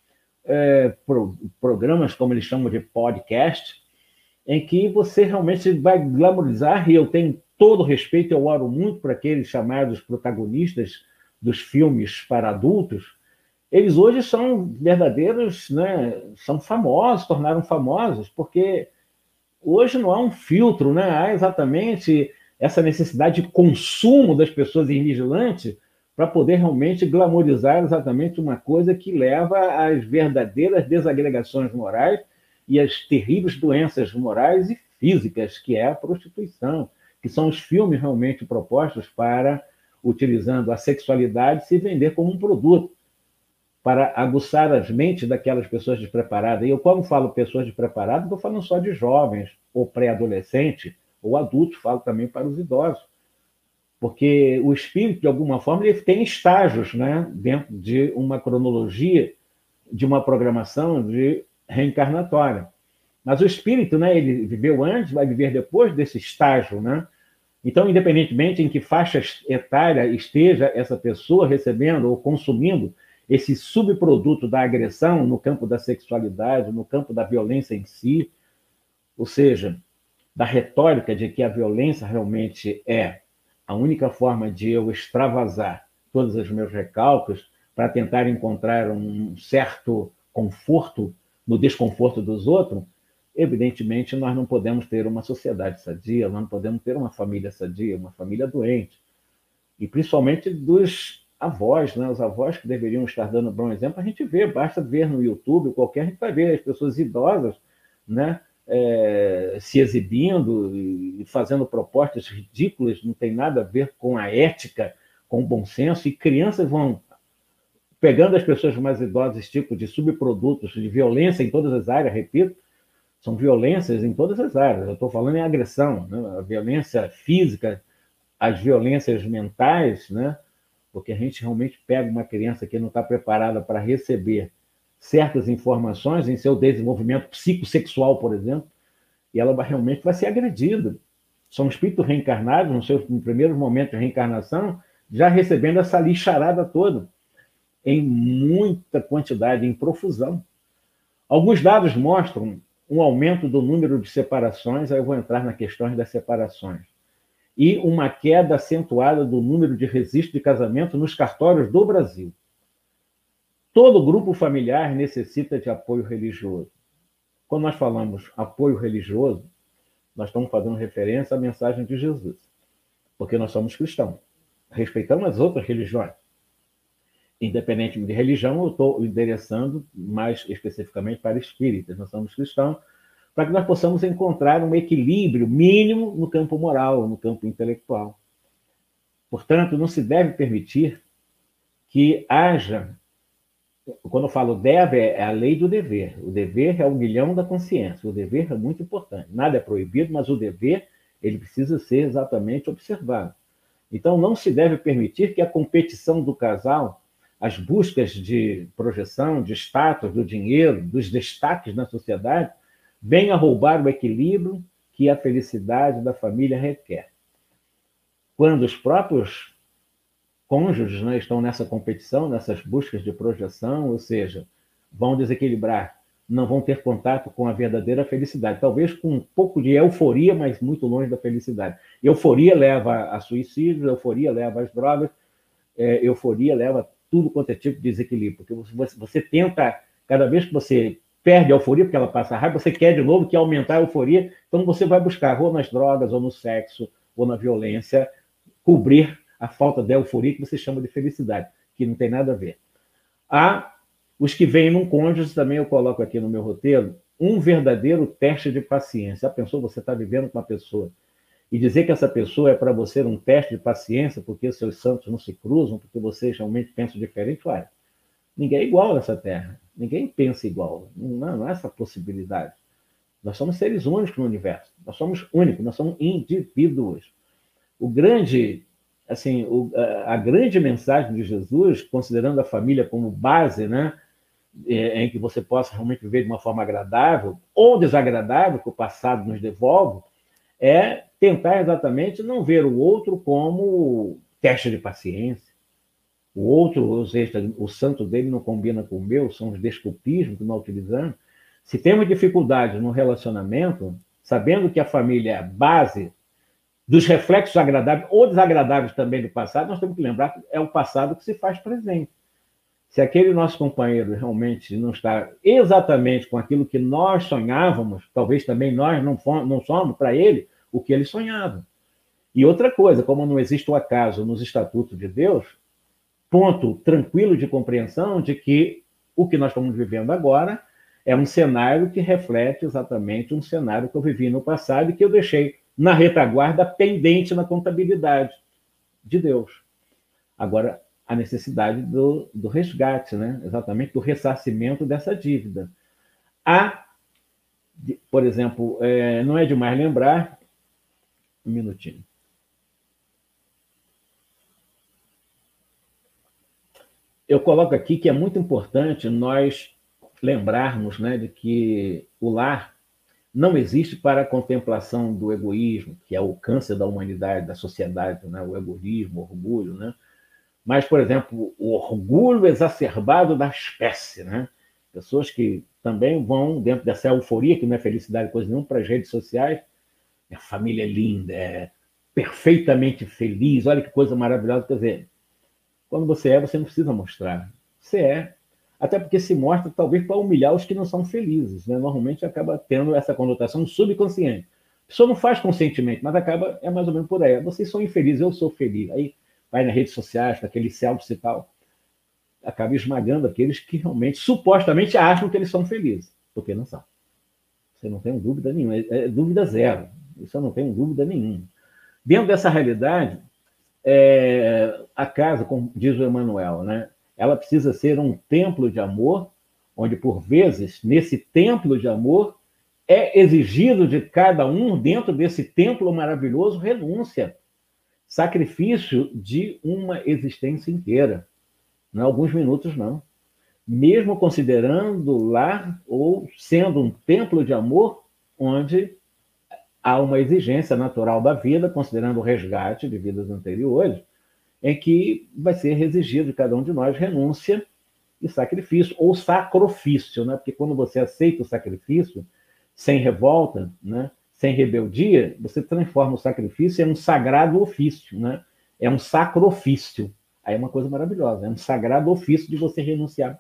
programas como eles chamam de podcast, em que você realmente vai glamorizar, e eu tenho todo o respeito, eu oro muito para aqueles chamados protagonistas dos filmes para adultos. Eles hoje são verdadeiros, né, são famosos, tornaram famosos, porque hoje não há um filtro, né? Há exatamente essa necessidade de consumo das pessoas em vigilante para poder realmente glamorizar exatamente uma coisa que leva às verdadeiras desagregações morais e às terríveis doenças morais e físicas, que é a prostituição, que são os filmes realmente propostos para, utilizando a sexualidade, se vender como um produto, para aguçar as mentes daquelas pessoas despreparadas. E eu, quando falo pessoas despreparadas, não estou falando só de jovens, ou pré-adolescentes, ou adultos, falo também para os idosos. Porque o espírito, de alguma forma, ele tem estágios, né, dentro de uma cronologia, de uma programação de reencarnatória. Mas o espírito, né, ele viveu antes, vai viver depois desse estágio, né? Então, independentemente em que faixa etária esteja essa pessoa recebendo ou consumindo esse subproduto da agressão no campo da sexualidade, no campo da violência em si, ou seja, da retórica de que a violência realmente é a única forma de eu extravasar todos os meus recalques para tentar encontrar um certo conforto no desconforto dos outros, evidentemente nós não podemos ter uma sociedade sadia, nós não podemos ter uma família sadia, uma família doente. E principalmente dos avós, né? Os avós que deveriam estar dando bom exemplo, a gente vê, basta ver no YouTube, qualquer, a gente vai ver as pessoas idosas, né? Se exibindo e fazendo propostas ridículas, não tem nada a ver com a ética, com o bom senso, e crianças vão pegando as pessoas mais idosas, esse tipo de subprodutos de violência em todas as áreas, repito, são violências em todas as áreas. Eu estou falando em agressão, né? A violência física, as violências mentais, né? Porque a gente realmente pega uma criança que não está preparada para receber certas informações em seu desenvolvimento psicossexual, por exemplo, e ela realmente vai ser agredida. São espíritos reencarnados, no primeiro momento de reencarnação, já recebendo essa lixarada toda, em muita quantidade, em profusão. Alguns dados mostram um aumento do número de separações, aí eu vou entrar nas questões das separações, e uma queda acentuada do número de registros de casamento nos cartórios do Brasil. Todo grupo familiar necessita de apoio religioso. Quando nós falamos apoio religioso, nós estamos fazendo referência à mensagem de Jesus, porque nós somos cristãos, respeitamos as outras religiões. Independente de religião, eu estou endereçando mais especificamente para espíritas, nós somos cristãos, para que nós possamos encontrar um equilíbrio mínimo no campo moral, no campo intelectual. Portanto, não se deve permitir que haja, quando eu falo deve, é a lei do dever. O dever é o milhão da consciência, o dever é muito importante. Nada é proibido, mas o dever ele precisa ser exatamente observado. Então, não se deve permitir que a competição do casal, as buscas de projeção, de status, do dinheiro, dos destaques na sociedade, venha roubar o equilíbrio que a felicidade da família requer. Quando os próprios cônjuges, né, estão nessa competição, nessas buscas de projeção, ou seja, vão desequilibrar, não vão ter contato com a verdadeira felicidade, talvez com um pouco de euforia, mas muito longe da felicidade. Euforia leva a suicídio, euforia leva às drogas, euforia leva tudo quanto é tipo de desequilíbrio, porque você tenta, cada vez que você perde a euforia, porque ela passa a raiva, você quer de novo, quer aumentar a euforia, então você vai buscar, ou nas drogas, ou no sexo, ou na violência, cobrir a falta da euforia que você chama de felicidade, que não tem nada a ver. Há os que vêm num cônjuge, também eu coloco aqui no meu roteiro, um verdadeiro teste de paciência. Já pensou, você está vivendo com uma pessoa e dizer que essa pessoa é para você um teste de paciência porque os seus santos não se cruzam, porque vocês realmente pensam diferente? Olha, ninguém é igual nessa terra. Ninguém pensa igual. Não há essa possibilidade. Nós somos seres únicos no universo. Nós somos únicos, nós somos indivíduos. A grande mensagem de Jesus, considerando a família como base, né, em que você possa realmente viver de uma forma agradável ou desagradável, que o passado nos devolve, é tentar exatamente não ver o outro como teste de paciência. O outro, ou seja, o santo dele não combina com o meu, são os desculpismos que nós utilizamos. Se temos dificuldades no relacionamento, sabendo que a família é a base dos reflexos agradáveis ou desagradáveis também do passado, nós temos que lembrar que é o passado que se faz presente. Se aquele nosso companheiro realmente não está exatamente com aquilo que nós sonhávamos, talvez também nós não somos para ele o que ele sonhava. E outra coisa, como não existe o acaso nos estatutos de Deus, ponto tranquilo de compreensão de que o que nós estamos vivendo agora é um cenário que reflete exatamente um cenário que eu vivi no passado e que eu deixei na retaguarda pendente na contabilidade de Deus. Agora, a necessidade do resgate, né? Exatamente do ressarcimento dessa dívida. Por exemplo, não é demais lembrar, um minutinho. Eu coloco aqui que é muito importante nós lembrarmos, né, de que o lar não existe para a contemplação do egoísmo, que é o câncer da humanidade, da sociedade, né, o egoísmo, o orgulho, né? Mas, por exemplo, o orgulho exacerbado da espécie, né? Pessoas que também vão, dentro dessa euforia, que não é felicidade coisa nenhuma, para as redes sociais, a família é linda, é perfeitamente feliz, olha que coisa maravilhosa. Quer dizer, quando você não precisa mostrar. Você é. Até porque se mostra, talvez, para humilhar os que não são felizes. Né? Normalmente acaba tendo essa conotação subconsciente. A pessoa não faz conscientemente, mas acaba, é mais ou menos por aí. Vocês são infelizes, eu sou feliz. Aí vai nas redes sociais, com aquele selfie e tal, acaba esmagando aqueles que realmente, supostamente, acham que eles são felizes, porque não são. Você não tem dúvida nenhuma, é dúvida zero. Isso eu não tenho dúvida nenhuma. Dentro dessa realidade, a casa, como diz o Emmanuel, né, ela precisa ser um templo de amor, onde, por vezes, nesse templo de amor, é exigido de cada um, dentro desse templo maravilhoso, renúncia, sacrifício de uma existência inteira. Não é alguns minutos, não. Mesmo considerando lar ou sendo um templo de amor, onde há uma exigência natural da vida, considerando o resgate de vidas anteriores, em que vai ser exigido de cada um de nós renúncia e sacrifício, ou sacrifício, né? Porque quando você aceita o sacrifício, sem revolta, né? Sem rebeldia, você transforma o sacrifício em um sagrado ofício, né? É um sacrofício. Aí é uma coisa maravilhosa, é um sagrado ofício de você renunciar.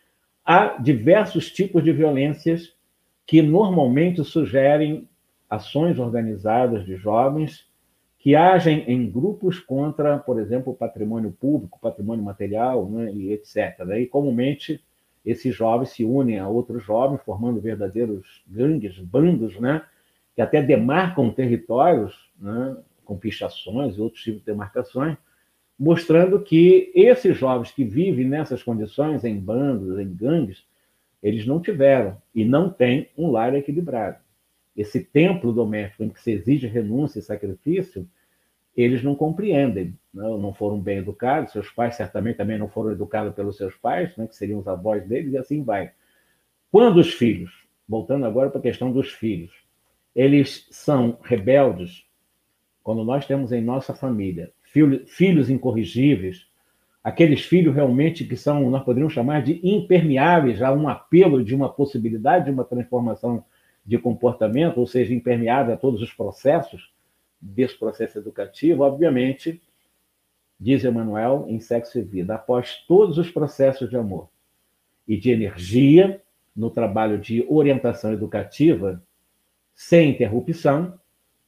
Há diversos tipos de violências que normalmente sugerem ações organizadas de jovens que agem em grupos contra, por exemplo, o patrimônio público, patrimônio material, né, e etc. E comumente esses jovens se unem a outros jovens, formando verdadeiros gangues, bandos, né, que até demarcam territórios, né, com pichações e outros tipos de demarcações, mostrando que esses jovens que vivem nessas condições, em bandos, em gangues, eles não tiveram e não têm um lar equilibrado. Esse templo doméstico em que se exige renúncia e sacrifício, eles não compreendem, não foram bem educados, seus pais certamente também não foram educados pelos seus pais, né, que seriam os avós deles, e assim vai. Quando os filhos, voltando agora para a questão dos filhos, eles são rebeldes, quando nós temos em nossa família filhos incorrigíveis, aqueles filhos realmente que são, nós poderíamos chamar de impermeáveis a um apelo de uma possibilidade de uma transformação de comportamento, ou seja, impermeável a todos os processos desse processo educativo, obviamente, diz Emmanuel em Sexo e Vida, após todos os processos de amor e de energia no trabalho de orientação educativa, sem interrupção,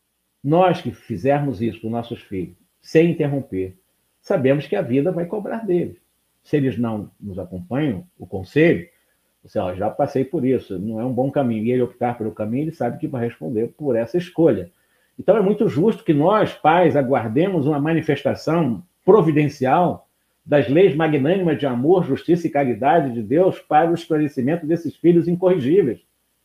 nós que fizermos isso com nossos filhos, sem interromper, sabemos que a vida vai cobrar deles. Se eles não nos acompanham, o conselho, você, já passei por isso, não é um bom caminho, e ele optar pelo caminho, ele sabe que vai responder por essa escolha. Então é muito justo que nós, pais, aguardemos uma manifestação providencial das leis magnânimas de amor, justiça e caridade de Deus para o esclarecimento desses filhos incorrigíveis.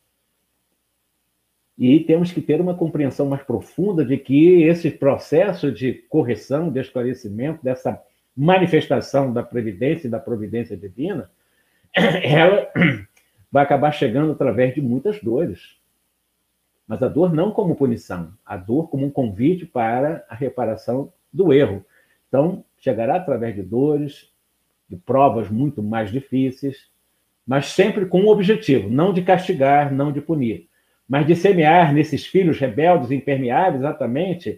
E temos que ter uma compreensão mais profunda de que esse processo de correção, de esclarecimento, dessa manifestação da previdência e da providência divina, ela vai acabar chegando através de muitas dores. Mas a dor não como punição, a dor como um convite para a reparação do erro. Então, chegará através de dores, de provas muito mais difíceis, mas sempre com um objetivo, não de castigar, não de punir, mas de semear nesses filhos rebeldes e impermeáveis exatamente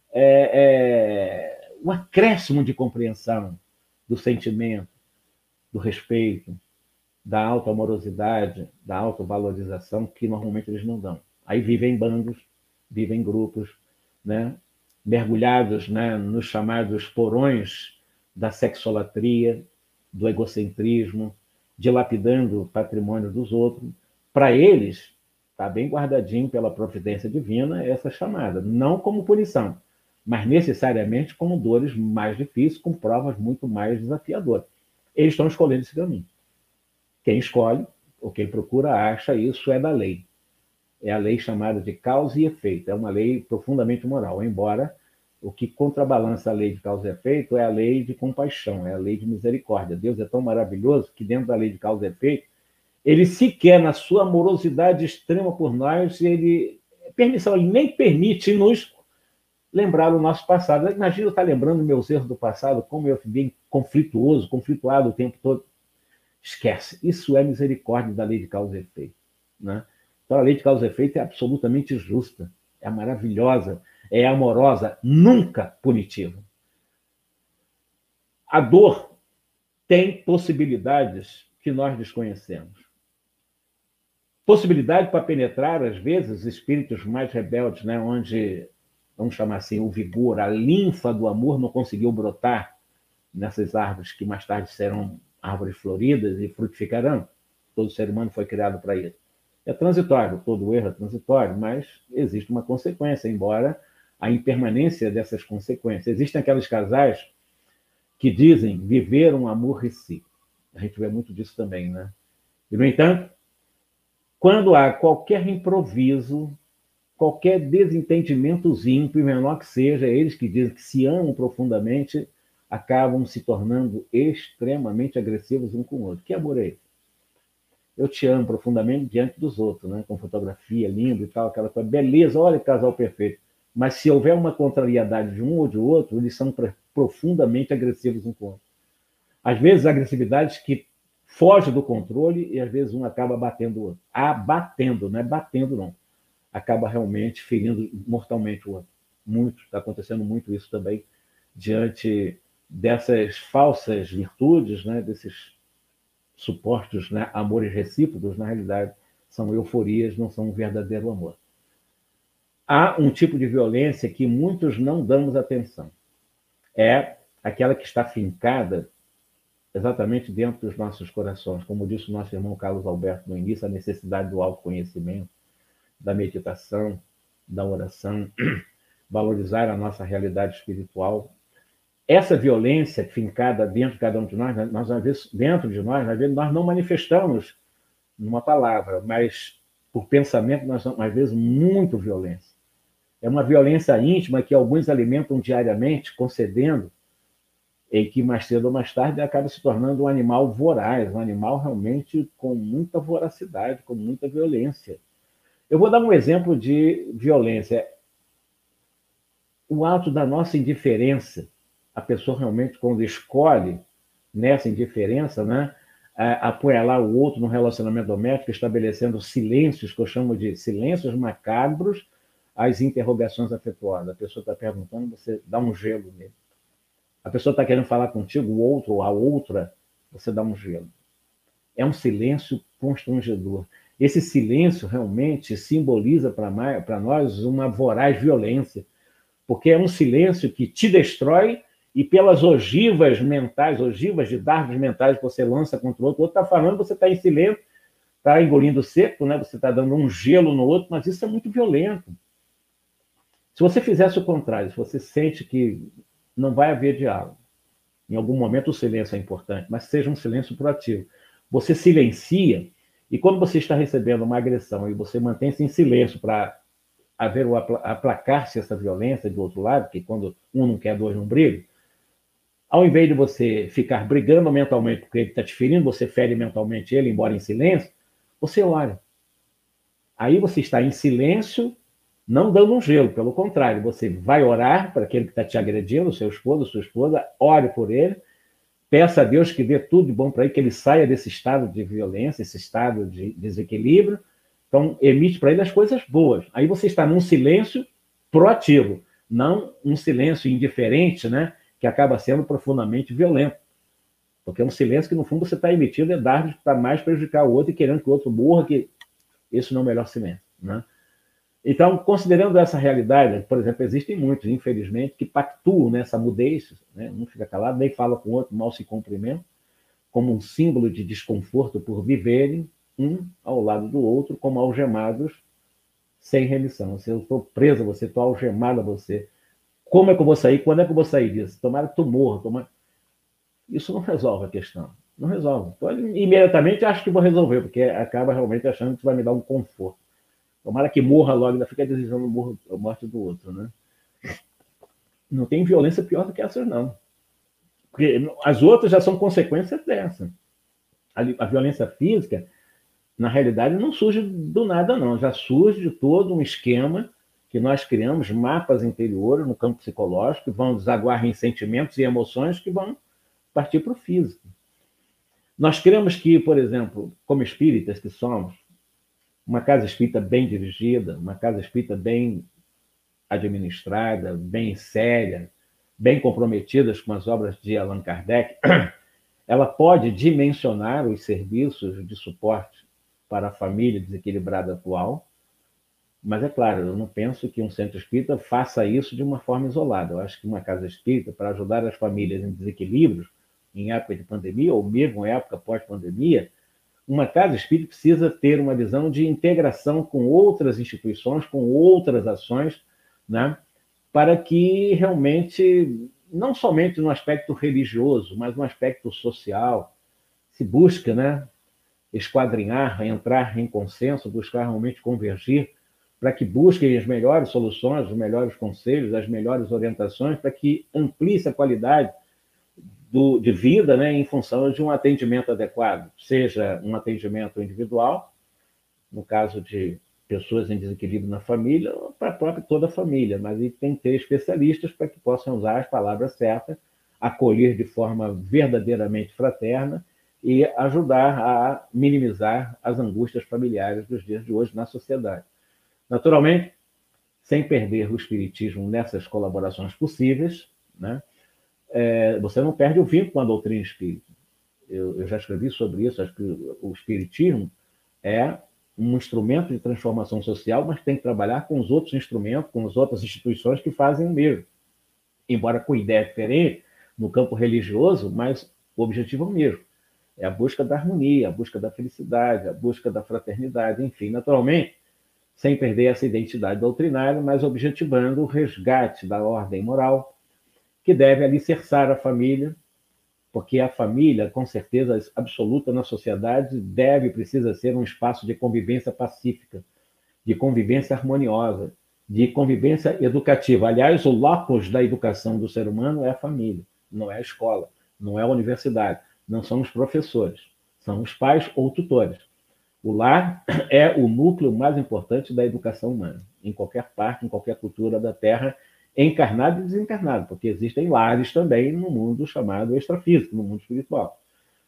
um acréscimo de compreensão do sentimento, do respeito, da auto-amorosidade, da autovalorização, que normalmente eles não dão. Aí vivem em bandos, vivem em grupos, né, mergulhados, né, nos chamados porões da sexolatria, do egocentrismo, dilapidando o patrimônio dos outros. Para eles, está bem guardadinho pela providência divina essa chamada, não como punição, mas necessariamente como dores mais difíceis, com provas muito mais desafiadoras. Eles estão escolhendo esse caminho. Quem escolhe, ou quem procura, acha isso é da lei. É a lei chamada de causa e efeito. É uma lei profundamente moral, embora o que contrabalança a lei de causa e efeito é a lei de compaixão, é a lei de misericórdia. Deus é tão maravilhoso que dentro da lei de causa e efeito, ele sequer, na sua amorosidade extrema por nós, ele nem permite nos lembrar o nosso passado. Imagina eu estar lembrando meus erros do passado, como eu fiquei conflituado o tempo todo. Esquece. Isso é misericórdia da lei de causa e efeito, né? Então, a lei de causa e efeito é absolutamente justa. é maravilhosa, é amorosa, nunca punitiva. A dor tem possibilidades que nós desconhecemos. Possibilidade para penetrar, às vezes, espíritos mais rebeldes, né, onde, vamos chamar assim, o vigor, a linfa do amor não conseguiu brotar nessas árvores que mais tarde serão árvores floridas e frutificarão. Todo ser humano foi criado para isso. É transitório, todo erro é transitório, mas existe uma consequência, embora a impermanência dessas consequências. Existem aqueles casais que dizem viver um amor recíproco. A gente vê muito disso também, né? E, no entanto, quando há qualquer improviso, qualquer desentendimentozinho, por menor que seja, eles que dizem que se amam profundamente, acabam se tornando extremamente agressivos um com o outro. Que amor é esse? Eu te amo profundamente diante dos outros, né? Com fotografia linda e tal, aquela coisa, beleza, olha que casal perfeito. Mas se houver uma contrariedade de um ou de outro, eles são profundamente agressivos um com o outro. Às vezes, agressividades que fogem do controle e às vezes um acaba batendo o outro. Abatendo, não é batendo, não. Acaba realmente ferindo mortalmente o outro. Muito, está acontecendo muito isso também diante dessas falsas virtudes, né? Desses supostos, né, amores recíprocos, na realidade, são euforias, não são um verdadeiro amor. Há um tipo de violência que muitos não damos atenção. É aquela que está fincada exatamente dentro dos nossos corações. Como disse o nosso irmão Carlos Alberto no início, a necessidade do autoconhecimento, da meditação, da oração, valorizar a nossa realidade espiritual. Essa violência fincada dentro de cada um de nós, às vezes, dentro de nós, às vezes, nós não manifestamos numa palavra, mas por pensamento nós somos, às vezes, muito violência. É uma violência íntima que alguns alimentam diariamente, concedendo, e que mais cedo ou mais tarde acaba se tornando um animal voraz, um animal realmente com muita voracidade, com muita violência. Eu vou dar um exemplo de violência. O ato da nossa indiferença, a pessoa realmente, quando escolhe nessa indiferença, né, apoiar o outro no relacionamento doméstico, estabelecendo silêncios, que eu chamo de silêncios macabros, às interrogações afetuosas. A pessoa está perguntando, você dá um gelo nele. A pessoa está querendo falar contigo, o outro ou a outra, você dá um gelo. É um silêncio constrangedor. Esse silêncio realmente simboliza para nós uma voraz violência, porque é um silêncio que te destrói e pelas ogivas mentais, ogivas de dardos mentais que você lança contra o outro está falando, você está em silêncio, está engolindo seco, né? Você está dando um gelo no outro, mas isso é muito violento. Se você fizesse o contrário, se você sente que não vai haver diálogo, em algum momento o silêncio é importante, mas seja um silêncio proativo. Você silencia, e quando você está recebendo uma agressão e você mantém-se em silêncio para haver aplacar-se essa violência do outro lado, que quando um não quer, dois não brigam, ao invés de você ficar brigando mentalmente porque ele está te ferindo, você fere mentalmente ele, embora em silêncio, você ora. Aí você está em silêncio, não dando um gelo, pelo contrário, você vai orar para aquele que está te agredindo, seu esposo, sua esposa, ore por ele, peça a Deus que dê tudo de bom para ele, que ele saia desse estado de violência, esse estado de desequilíbrio. Então, emite para ele as coisas boas. Aí você está num silêncio proativo, não um silêncio indiferente, né, que acaba sendo profundamente violento. Porque é um silêncio que, no fundo, você está emitindo dardos para mais prejudicar o outro e querendo que o outro morra, que esse não é o melhor silêncio, né? Então, considerando essa realidade, por exemplo, existem muitos, infelizmente, que pactuam nessa mudez, né? Um fica calado, nem fala com o outro, mal se cumprimenta, como um símbolo de desconforto por viverem um ao lado do outro, como algemados sem remissão. Se eu estou preso a você, estou algemado a você, como é que eu vou sair? Quando é que eu vou sair disso? Tomara que tu morra. Isso não resolve a questão. Não resolve. Então, imediatamente acho que vou resolver, porque acaba realmente achando que vai me dar um conforto. Tomara que morra logo, ainda fica desejando a morte do outro, né? Não tem violência pior do que essas, não. Porque as outras já são consequências dessa. A violência física, na realidade, não surge do nada, não. Já surge de todo um esquema que nós criamos, mapas interiores no campo psicológico, que vão desaguar em sentimentos e emoções que vão partir para o físico. Nós cremos que, por exemplo, como espíritas que somos, uma casa espírita bem dirigida, uma casa espírita bem administrada, bem séria, bem comprometidas com as obras de Allan Kardec, ela pode dimensionar os serviços de suporte para a família desequilibrada atual, mas é claro, eu não penso que um centro espírita faça isso de uma forma isolada. Eu acho que uma casa espírita, para ajudar as famílias em desequilíbrios, em época de pandemia, ou mesmo em época pós-pandemia, uma casa espírita precisa ter uma visão de integração com outras instituições, com outras ações, né, para que realmente, não somente no aspecto religioso, mas no aspecto social, se busca, né, esquadrinhar, entrar em consenso, buscar realmente convergir, para que busquem as melhores soluções, os melhores conselhos, as melhores orientações, para que amplie-se a qualidade de vida, né, em função de um atendimento adequado, seja um atendimento individual, no caso de pessoas em desequilíbrio na família, ou para a própria toda a família, mas tem que ter especialistas para que possam usar as palavras certas, acolher de forma verdadeiramente fraterna e ajudar a minimizar as angústias familiares dos dias de hoje na sociedade. Naturalmente, sem perder o espiritismo nessas colaborações possíveis, né? Você não perde o vínculo com a doutrina espírita. Eu já escrevi sobre isso, acho que o espiritismo é um instrumento de transformação social, mas tem que trabalhar com os outros instrumentos, com as outras instituições que fazem o mesmo. Embora com ideia diferente, no campo religioso, mas o objetivo é o mesmo. É a busca da harmonia, a busca da felicidade, a busca da fraternidade, enfim, naturalmente, sem perder essa identidade doutrinária, mas objetivando o resgate da ordem moral, que deve alicerçar a família, porque a família, com certeza absoluta na sociedade, deve e precisa ser um espaço de convivência pacífica, de convivência harmoniosa, de convivência educativa. Aliás, o locus da educação do ser humano é a família, não é a escola, não é a universidade, não são os professores, são os pais ou tutores. O lar é o núcleo mais importante da educação humana, em qualquer parte, em qualquer cultura da Terra, encarnado e desencarnado, porque existem lares também no mundo chamado extrafísico, no mundo espiritual.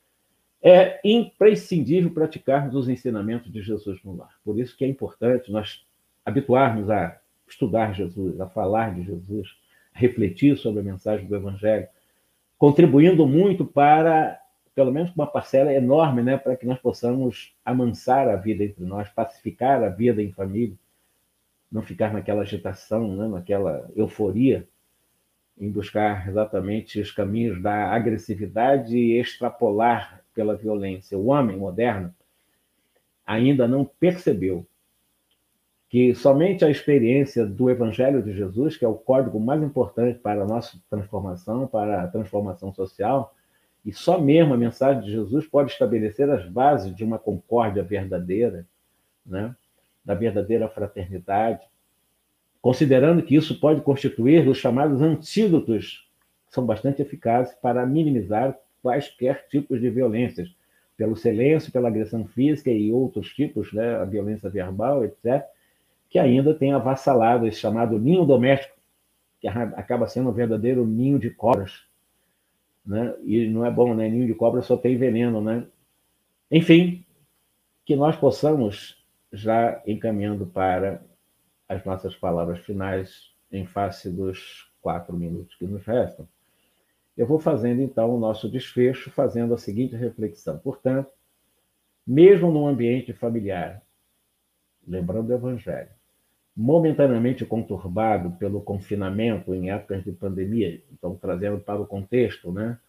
É imprescindível praticarmos os ensinamentos de Jesus no lar. Por isso que é importante nós habituarmos a estudar Jesus, a falar de Jesus, a refletir sobre a mensagem do Evangelho, contribuindo muito para, pelo menos uma parcela enorme, né, para que nós possamos amansar a vida entre nós, pacificar a vida em família, não ficar naquela agitação, né, naquela euforia, em buscar exatamente os caminhos da agressividade e extrapolar pela violência. O homem moderno ainda não percebeu que somente a experiência do Evangelho de Jesus, que é o código mais importante para a nossa transformação, para a transformação social, e só mesmo a mensagem de Jesus pode estabelecer as bases de uma concórdia verdadeira, né, da verdadeira fraternidade, considerando que isso pode constituir os chamados antídotos, que são bastante eficazes para minimizar quaisquer tipos de violências, pelo silêncio, pela agressão física e outros tipos, né, a violência verbal, etc., que ainda tem avassalado esse chamado ninho doméstico, que acaba sendo um verdadeiro ninho de cobras, né? E não é bom, né? Ninho de cobra só tem veneno, né? Enfim, que nós possamos, já encaminhando para as nossas palavras finais, em face dos 4 minutos que nos restam, eu vou fazendo, então, o nosso desfecho, fazendo a seguinte reflexão. Portanto, mesmo num ambiente familiar, lembrando o Evangelho, momentaneamente conturbado pelo confinamento em épocas de pandemia, então trazendo para o contexto, né?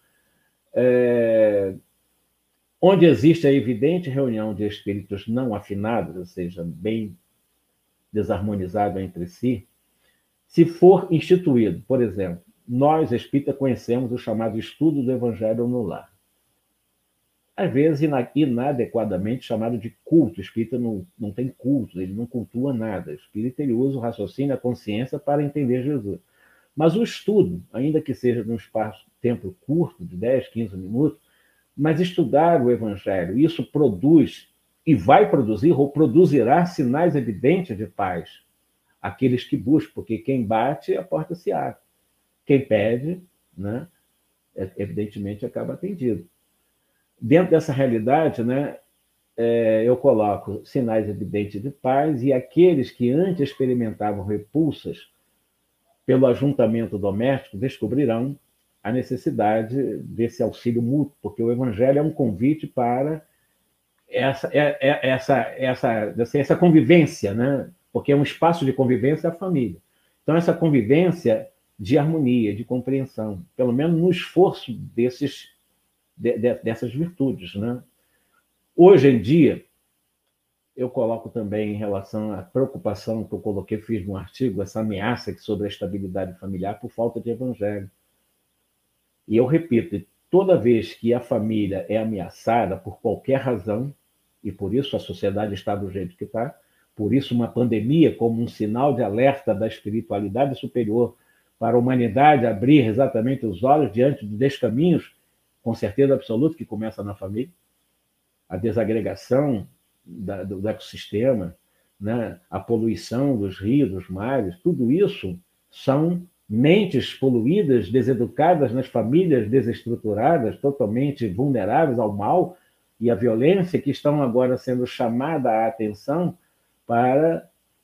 Onde existe a evidente reunião de espíritos não afinados, ou seja, bem desarmonizados entre si, se for instituído, por exemplo, nós espíritas conhecemos o chamado estudo do Evangelho no lar. Às vezes, inadequadamente chamado de culto. O espírita não tem culto, ele não cultua nada. O espírita ele usa o raciocínio, a consciência para entender Jesus. Mas o estudo, ainda que seja num espaço de tempo curto, de 10, 15 minutos, mas estudar o Evangelho, isso produz e vai produzir ou produzirá sinais evidentes de paz. Aqueles que buscam, porque quem bate, a porta se abre. Quem pede, né, evidentemente acaba atendido. Dentro dessa realidade, né, eu coloco sinais evidentes de paz, e aqueles que antes experimentavam repulsas pelo ajuntamento doméstico, descobrirão a necessidade desse auxílio mútuo, porque o Evangelho é um convite para essa convivência, né? Porque é um espaço de convivência a família. Então, essa convivência de harmonia, de compreensão, pelo menos no esforço dessas virtudes, né? Hoje em dia, eu coloco também em relação à preocupação que eu coloquei, fiz no artigo, essa ameaça sobre a estabilidade familiar por falta de evangelho. E eu repito, toda vez que a família é ameaçada por qualquer razão, e por isso a sociedade está do jeito que está, por isso uma pandemia como um sinal de alerta da espiritualidade superior para a humanidade abrir exatamente os olhos diante dos descaminhos, com certeza absoluta, que começa na família, a desagregação do ecossistema, né? A poluição dos rios, dos mares, tudo isso são mentes poluídas, deseducadas nas famílias desestruturadas, totalmente vulneráveis ao mal e à violência, que estão agora sendo chamadas a atenção para,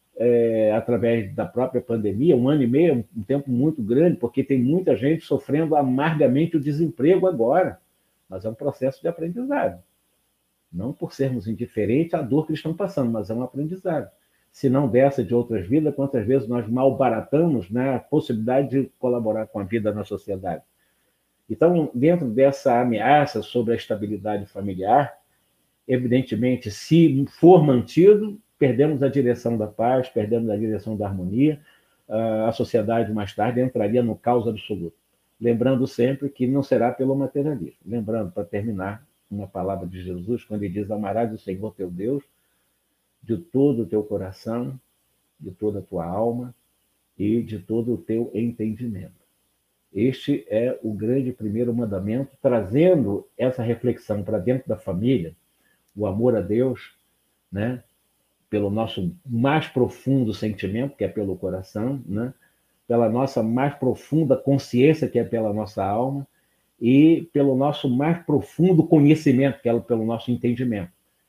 através da própria pandemia, 1 ano e meio, um tempo muito grande, porque tem muita gente sofrendo amargamente o desemprego agora, mas é um processo de aprendizado. Não por sermos indiferentes à dor que eles estão passando, mas é um aprendizado. Se não dessa de outras vidas, quantas vezes nós malbaratamos, né, a possibilidade de colaborar com a vida na sociedade. Então, dentro dessa ameaça sobre a estabilidade familiar, evidentemente, se for mantido, perdemos a direção da paz, perdemos a direção da harmonia, a sociedade mais tarde entraria no caos absoluto. Lembrando sempre que não será pelo materialismo. Lembrando, para terminar, uma palavra de Jesus, quando ele diz: amarás o Senhor teu Deus de todo o teu coração, de toda a tua alma e de todo o teu entendimento. Este é o grande primeiro mandamento, trazendo essa reflexão para dentro da família, o amor a Deus, né, pelo nosso mais profundo sentimento, que é pelo coração, né, pela nossa mais profunda consciência, que é pela nossa alma, e pelo nosso mais profundo conhecimento, que é pelo nosso entendimento.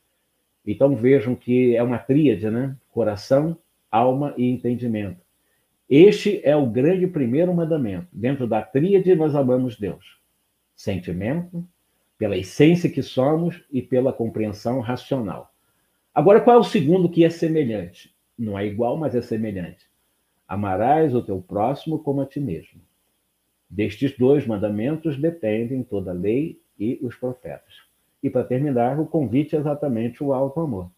Então vejam que é uma tríade, né? Coração, alma e entendimento. Este é o grande primeiro mandamento. Dentro da tríade nós amamos Deus. Sentimento, pela essência que somos e pela compreensão racional. Agora, qual é o segundo que é semelhante? Não é igual, mas é semelhante. Amarás o teu próximo como a ti mesmo. Destes 2 mandamentos dependem toda a lei e os profetas. E, para terminar, o convite é exatamente o alto amor.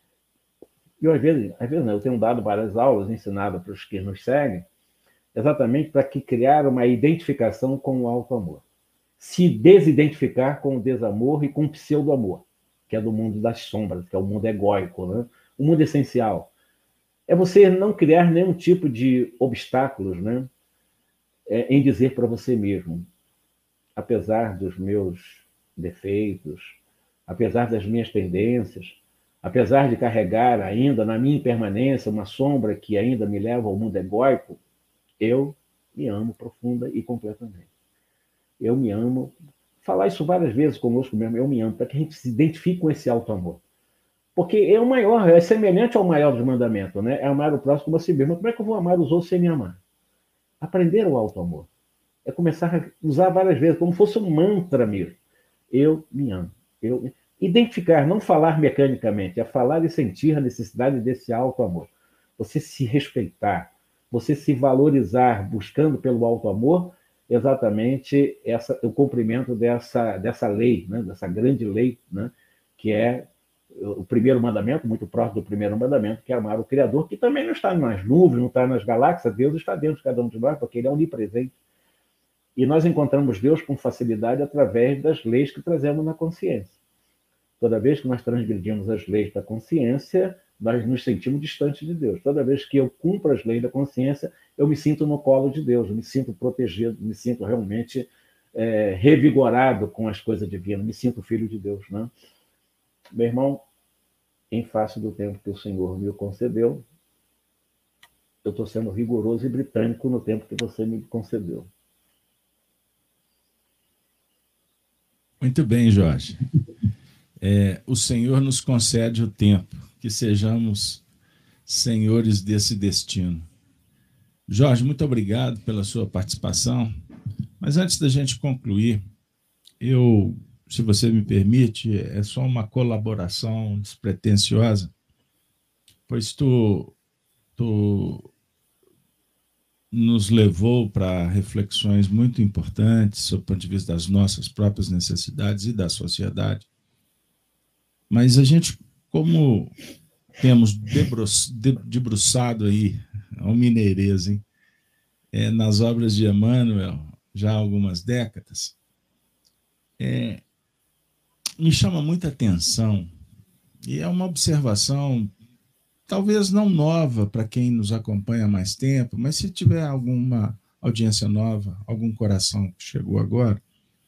E, às vezes não, eu tenho dado várias aulas, ensinado para os que nos seguem, exatamente para que criar uma identificação com o alto amor. Se desidentificar com o desamor e com o pseudo-amor, que é do mundo das sombras, que é o mundo egóico, né? O mundo essencial. É você não criar nenhum tipo de obstáculos, né? Em dizer para você mesmo, apesar dos meus defeitos, apesar das minhas tendências, apesar de carregar ainda na minha impermanência uma sombra que ainda me leva ao mundo egóico, eu me amo profunda e completamente. Eu me amo. Falar isso várias vezes conosco mesmo, eu me amo, para que a gente se identifique com esse alto amor. Porque é o maior, é semelhante ao maior dos mandamentos, né? É amar o próximo como a si mesmo. Mas como é que eu vou amar os outros sem me amar? Aprender o alto amor. É começar a usar várias vezes, como se fosse um mantra mesmo. Eu me amo. Identificar, não falar mecanicamente, é falar e sentir a necessidade desse alto amor. Você se respeitar, você se valorizar, buscando pelo alto amor exatamente o cumprimento dessa lei, né? Dessa grande lei, né? Que é o primeiro mandamento, muito próximo do primeiro mandamento, que é amar o Criador, que também não está nas nuvens, não está nas galáxias. Deus está dentro de cada um de nós, porque ele é onipresente. E nós encontramos Deus com facilidade através das leis que trazemos na consciência. Toda vez que nós transgredimos as leis da consciência, nós nos sentimos distantes de Deus. Toda vez que eu cumpro as leis da consciência, eu me sinto no colo de Deus, eu me sinto protegido, me sinto realmente revigorado com as coisas divinas, me sinto filho de Deus, né? Meu irmão, em face do tempo que o Senhor me concedeu, eu estou sendo rigoroso e britânico no tempo que você me concedeu. Muito bem, Jorge. O Senhor nos concede o tempo, que sejamos senhores desse destino. Jorge, muito obrigado pela sua participação. Mas antes da gente concluir, se você me permite, é só uma colaboração despretensiosa, pois tu nos levou para reflexões muito importantes sob o ponto de vista das nossas próprias necessidades e da sociedade. Mas a gente, como temos debruçado aí, ao mineirês, hein, nas obras de Emmanuel, já há algumas décadas, me chama muita atenção, e é uma observação talvez não nova para quem nos acompanha há mais tempo, mas se tiver alguma audiência nova, algum coração que chegou agora,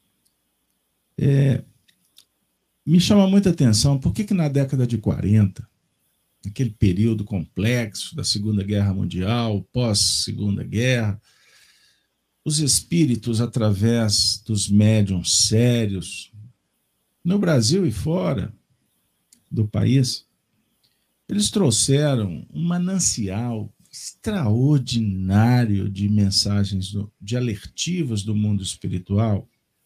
me chama muita atenção por que na década de 40, naquele período complexo da Segunda Guerra Mundial, pós-Segunda Guerra, os espíritos, através dos médiuns sérios, no Brasil e fora do país, eles trouxeram um manancial extraordinário de mensagens, de alertivas do mundo espiritual,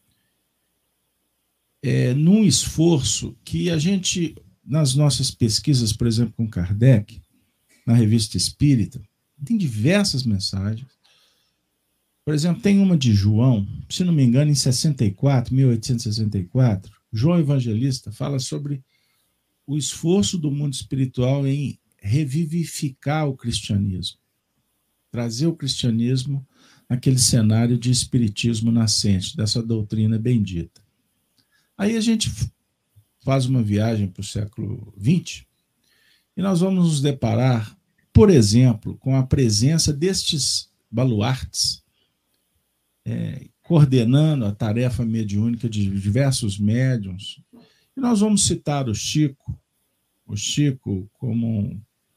num esforço que a gente, nas nossas pesquisas, por exemplo, com Kardec, na Revista Espírita, tem diversas mensagens. Por exemplo, tem uma de João, se não me engano, em 1864, João Evangelista fala sobre o esforço do mundo espiritual em revivificar o cristianismo, trazer o cristianismo naquele cenário de espiritismo nascente, dessa doutrina bendita. Aí a gente faz uma viagem para o século XX e nós vamos nos deparar, por exemplo, com a presença destes baluartes, coordenando a tarefa mediúnica de diversos médiuns. E nós vamos citar o Chico como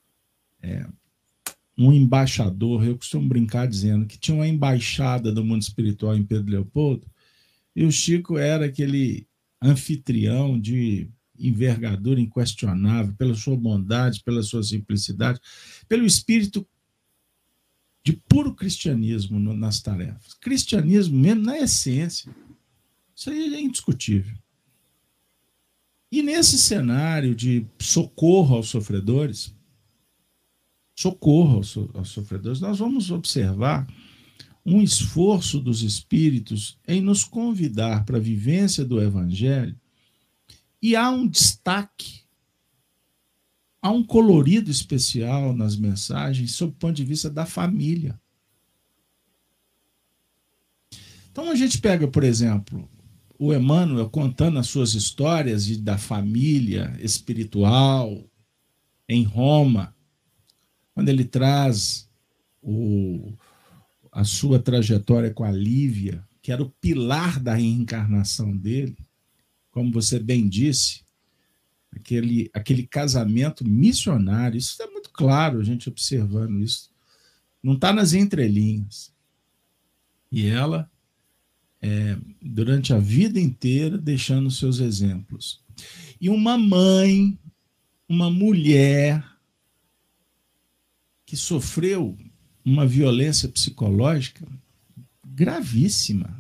um embaixador. Eu costumo brincar dizendo que tinha uma embaixada do mundo espiritual em Pedro Leopoldo, e o Chico era aquele anfitrião de envergadura inquestionável, pela sua bondade, pela sua simplicidade, pelo espírito de puro cristianismo nas tarefas. Cristianismo mesmo na essência. Isso aí é indiscutível. E nesse cenário de socorro aos sofredores, nós vamos observar um esforço dos espíritos em nos convidar para a vivência do Evangelho, e há um destaque, há um colorido especial nas mensagens sob o ponto de vista da família. Então a gente pega, por exemplo, o Emmanuel contando as suas histórias da família espiritual em Roma, quando ele traz a sua trajetória com a Lívia, que era o pilar da reencarnação dele, como você bem disse, aquele casamento missionário. Isso é muito claro, a gente observando isso. Não está nas entrelinhas. E ela, durante a vida inteira, deixando seus exemplos. E uma mãe, uma mulher que sofreu uma violência psicológica gravíssima.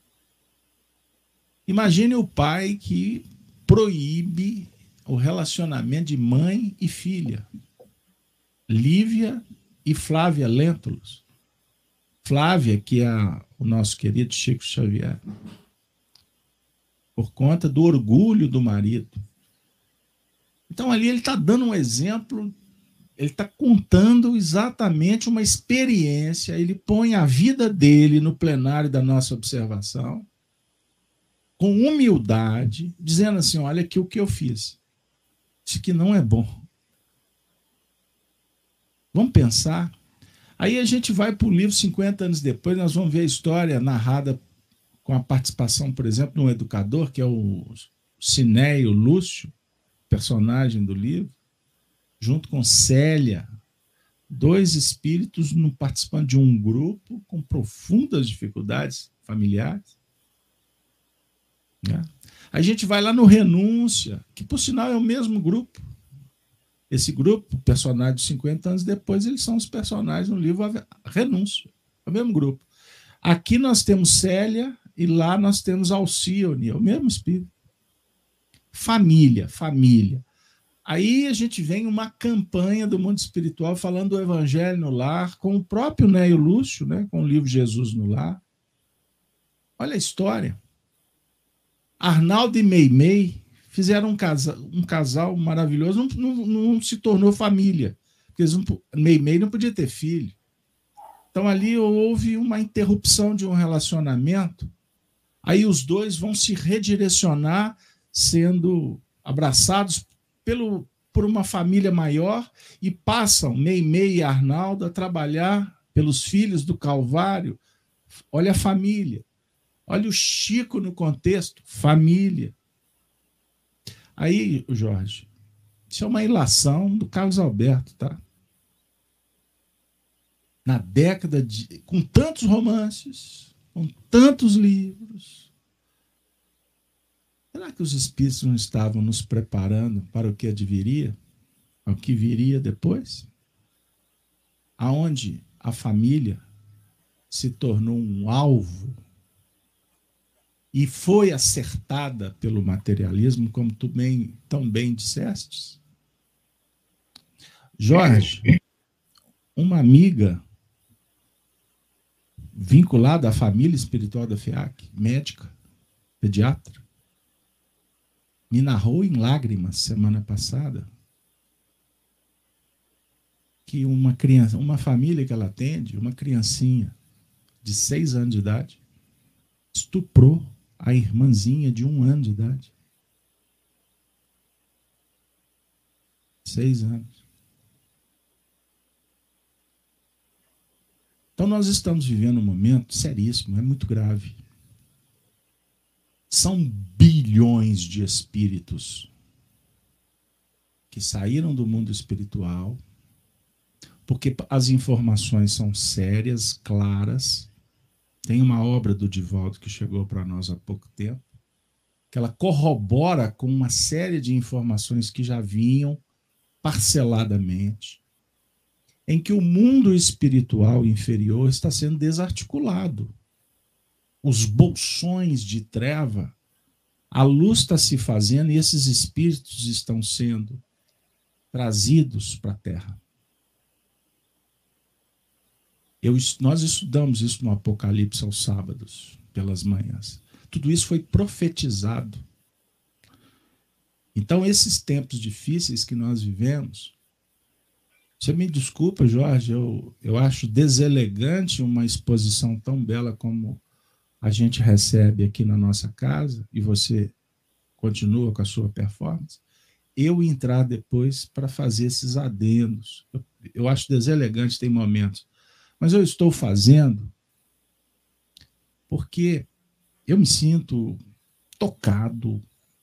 Imagine o pai que proíbe o relacionamento de mãe e filha. Lívia e Flávia Lentulus. Flávia, que é o nosso querido Chico Xavier, por conta do orgulho do marido. Então ali ele está dando um exemplo, ele está contando exatamente uma experiência, ele põe a vida dele no plenário da nossa observação, com humildade, dizendo assim, olha aqui o que eu fiz. Isso que não é bom. Vamos pensar. Aí a gente vai para o livro 50 anos depois, nós vamos ver a história narrada com a participação, por exemplo, de um educador, que é o Cinéio Lúcio, personagem do livro, junto com Célia, dois espíritos participando de um grupo com profundas dificuldades familiares. A gente vai lá no Renúncia, que por sinal é o mesmo grupo, Esse grupo, personagem de 50 anos depois, eles são os personagens no livro Renúncia. É o mesmo grupo. Aqui nós temos Célia e lá nós temos Alcione, é o mesmo espírito. Família, família. Aí a gente vem uma campanha do mundo espiritual falando do Evangelho no Lar, com o próprio Neio Lúcio, né, com o livro Jesus no Lar. Olha a história. Arnaldo e Meimei fizeram um casal maravilhoso, não se tornou família, porque Meimei não podia ter filho. Então ali houve uma interrupção de um relacionamento, aí os dois vão se redirecionar, sendo abraçados por uma família maior, e passam, Meimei e Arnaldo, a trabalhar pelos filhos do Calvário. Olha a família. Olha o Chico no contexto, família. Aí, Jorge, isso é uma ilação do Carlos Alberto, tá? Na década de... com tantos romances, com tantos livros. Será que os espíritos não estavam nos preparando para o que adviria? O que viria depois? Aonde a família se tornou um alvo e foi acertada pelo materialismo, como tu tão bem disseste. Jorge, uma amiga vinculada à família espiritual da FEAC, médica, pediatra, me narrou em lágrimas semana passada que uma família que ela atende, uma criancinha de 6 anos de idade, estuprou a irmãzinha de 1 ano de idade. 6 anos. Então nós estamos vivendo um momento seríssimo, é muito grave. São bilhões de espíritos que saíram do mundo espiritual, porque as informações são sérias, claras. Tem uma obra do Divaldo que chegou para nós há pouco tempo, que ela corrobora com uma série de informações que já vinham parceladamente, em que o mundo espiritual inferior está sendo desarticulado. Os bolsões de treva, a luz está se fazendo e esses espíritos estão sendo trazidos para a Terra. Nós estudamos isso no Apocalipse aos sábados, pelas manhãs. Tudo isso foi profetizado. Então, esses tempos difíceis que nós vivemos, você me desculpa, Jorge, eu acho deselegante uma exposição tão bela como a gente recebe aqui na nossa casa, e você continua com a sua performance, eu entrar depois para fazer esses adendos. Eu acho deselegante, tem momentos. Mas eu estou fazendo porque eu me sinto tocado.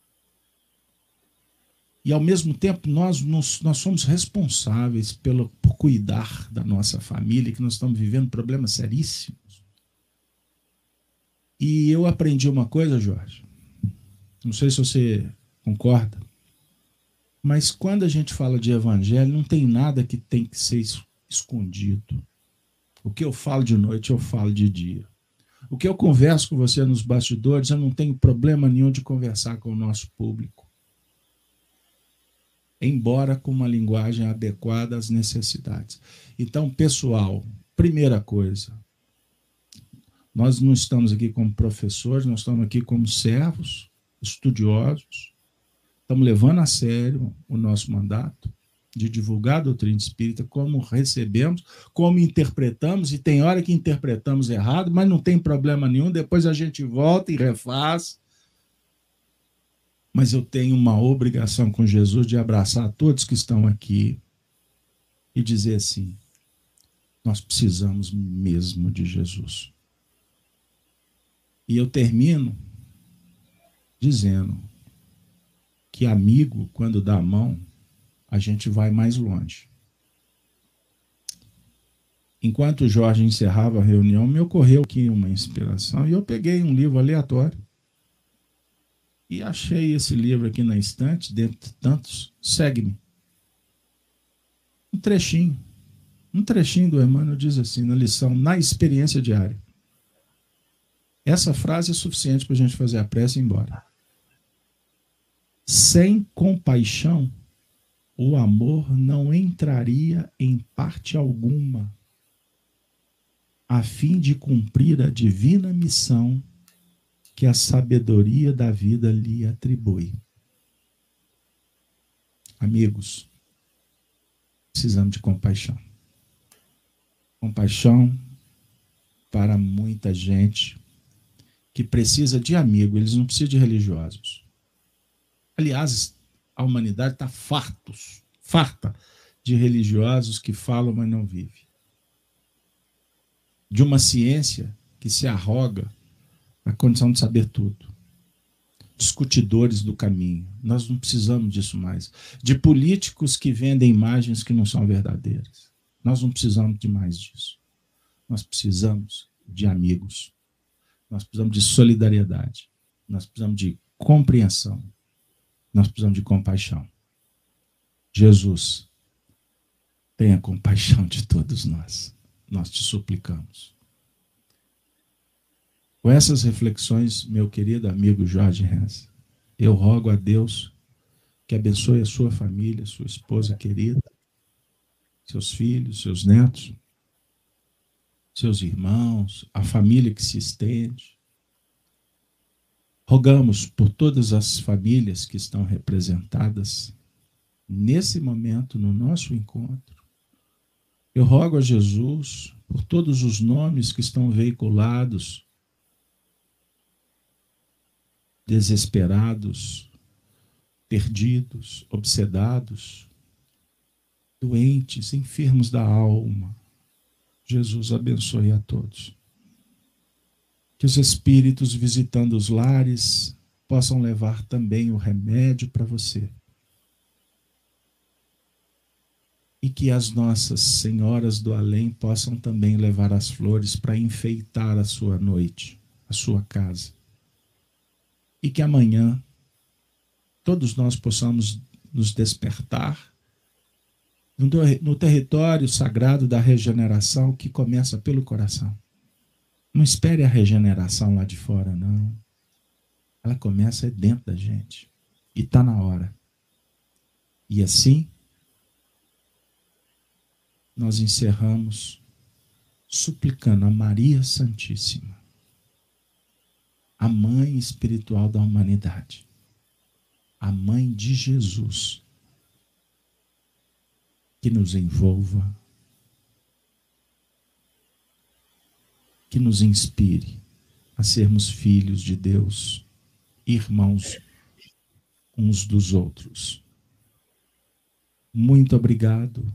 E, ao mesmo tempo, nós somos responsáveis por cuidar da nossa família, que nós estamos vivendo problemas seríssimos. E eu aprendi uma coisa, Jorge, não sei se você concorda, mas quando a gente fala de evangelho, não tem nada que tem que ser escondido. O que eu falo de noite, eu falo de dia. O que eu converso com você nos bastidores, eu não tenho problema nenhum de conversar com o nosso público. Embora com uma linguagem adequada às necessidades. Então, pessoal, primeira coisa, nós não estamos aqui como professores, nós estamos aqui como servos, estudiosos, estamos levando a sério o nosso mandato de divulgar a doutrina espírita, como recebemos, como interpretamos, e tem hora que interpretamos errado, mas não tem problema nenhum, depois a gente volta e refaz. Mas eu tenho uma obrigação com Jesus de abraçar todos que estão aqui e dizer assim, nós precisamos mesmo de Jesus. E eu termino dizendo que amigo, quando dá a mão, a gente vai mais longe. Enquanto o Jorge encerrava a reunião, me ocorreu aqui uma inspiração e eu peguei um livro aleatório e achei esse livro aqui na estante, dentre tantos, Segue-me. Um trechinho. Um trechinho do Emmanuel diz assim, na lição, na experiência diária. Essa frase é suficiente para a gente fazer a prece e ir embora. Sem compaixão, o amor não entraria em parte alguma, a fim de cumprir a divina missão que a sabedoria da vida lhe atribui. Amigos, precisamos de compaixão. Compaixão para muita gente que precisa de amigo, eles não precisam de religiosos. Aliás, a humanidade está farta de religiosos que falam, mas não vivem. De uma ciência que se arroga a condição de saber tudo. Discutidores do caminho. Nós não precisamos disso mais. De políticos que vendem imagens que não são verdadeiras. Nós não precisamos de mais disso. Nós precisamos de amigos. Nós precisamos de solidariedade. Nós precisamos de compreensão. Nós precisamos de compaixão. Jesus, tenha compaixão de todos nós. Nós te suplicamos. Com essas reflexões, meu querido amigo Jorge Renz, eu rogo a Deus que abençoe a sua família, sua esposa querida, seus filhos, seus netos, seus irmãos, a família que se estende. Rogamos por todas as famílias que estão representadas nesse momento, no nosso encontro. Eu rogo a Jesus por todos os nomes que estão veiculados, desesperados, perdidos, obsedados, doentes, enfermos da alma. Jesus abençoe a todos. Que os espíritos visitando os lares possam levar também o remédio para você. E que as nossas senhoras do além possam também levar as flores para enfeitar a sua noite, a sua casa. E que amanhã todos nós possamos nos despertar no território sagrado da regeneração que começa pelo coração. Não espere a regeneração lá de fora, não. Ela começa dentro da gente. E está na hora. E assim, nós encerramos suplicando a Maria Santíssima, a mãe espiritual da humanidade, a mãe de Jesus, que nos envolva, que nos inspire a sermos filhos de Deus, irmãos uns dos outros. Muito obrigado,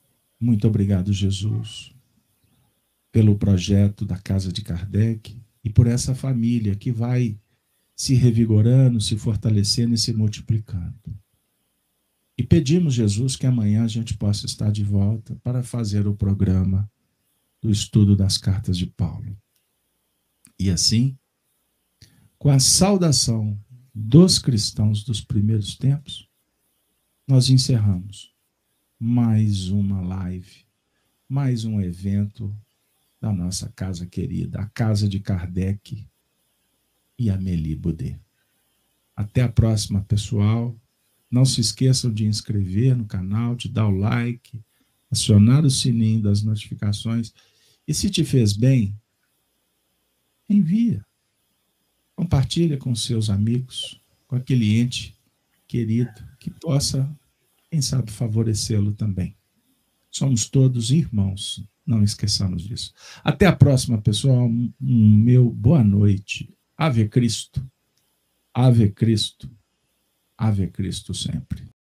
Jesus, pelo projeto da Casa de Kardec e por essa família que vai se revigorando, se fortalecendo e se multiplicando. E pedimos, Jesus, que amanhã a gente possa estar de volta para fazer o programa do estudo das cartas de Paulo. E assim, com a saudação dos cristãos dos primeiros tempos, nós encerramos mais uma live, mais um evento da nossa casa querida, a Casa de Kardec e Amélie Baudet. Até a próxima, pessoal. Não se esqueçam de inscrever no canal, de dar o like, acionar o sininho das notificações. E se te fez bem, envia. Compartilha com seus amigos, com aquele ente querido que possa, quem sabe, favorecê-lo também. Somos todos irmãos, não esqueçamos disso. Até a próxima, pessoal. Meu boa noite. Ave Cristo. Ave Cristo. Ave Cristo sempre.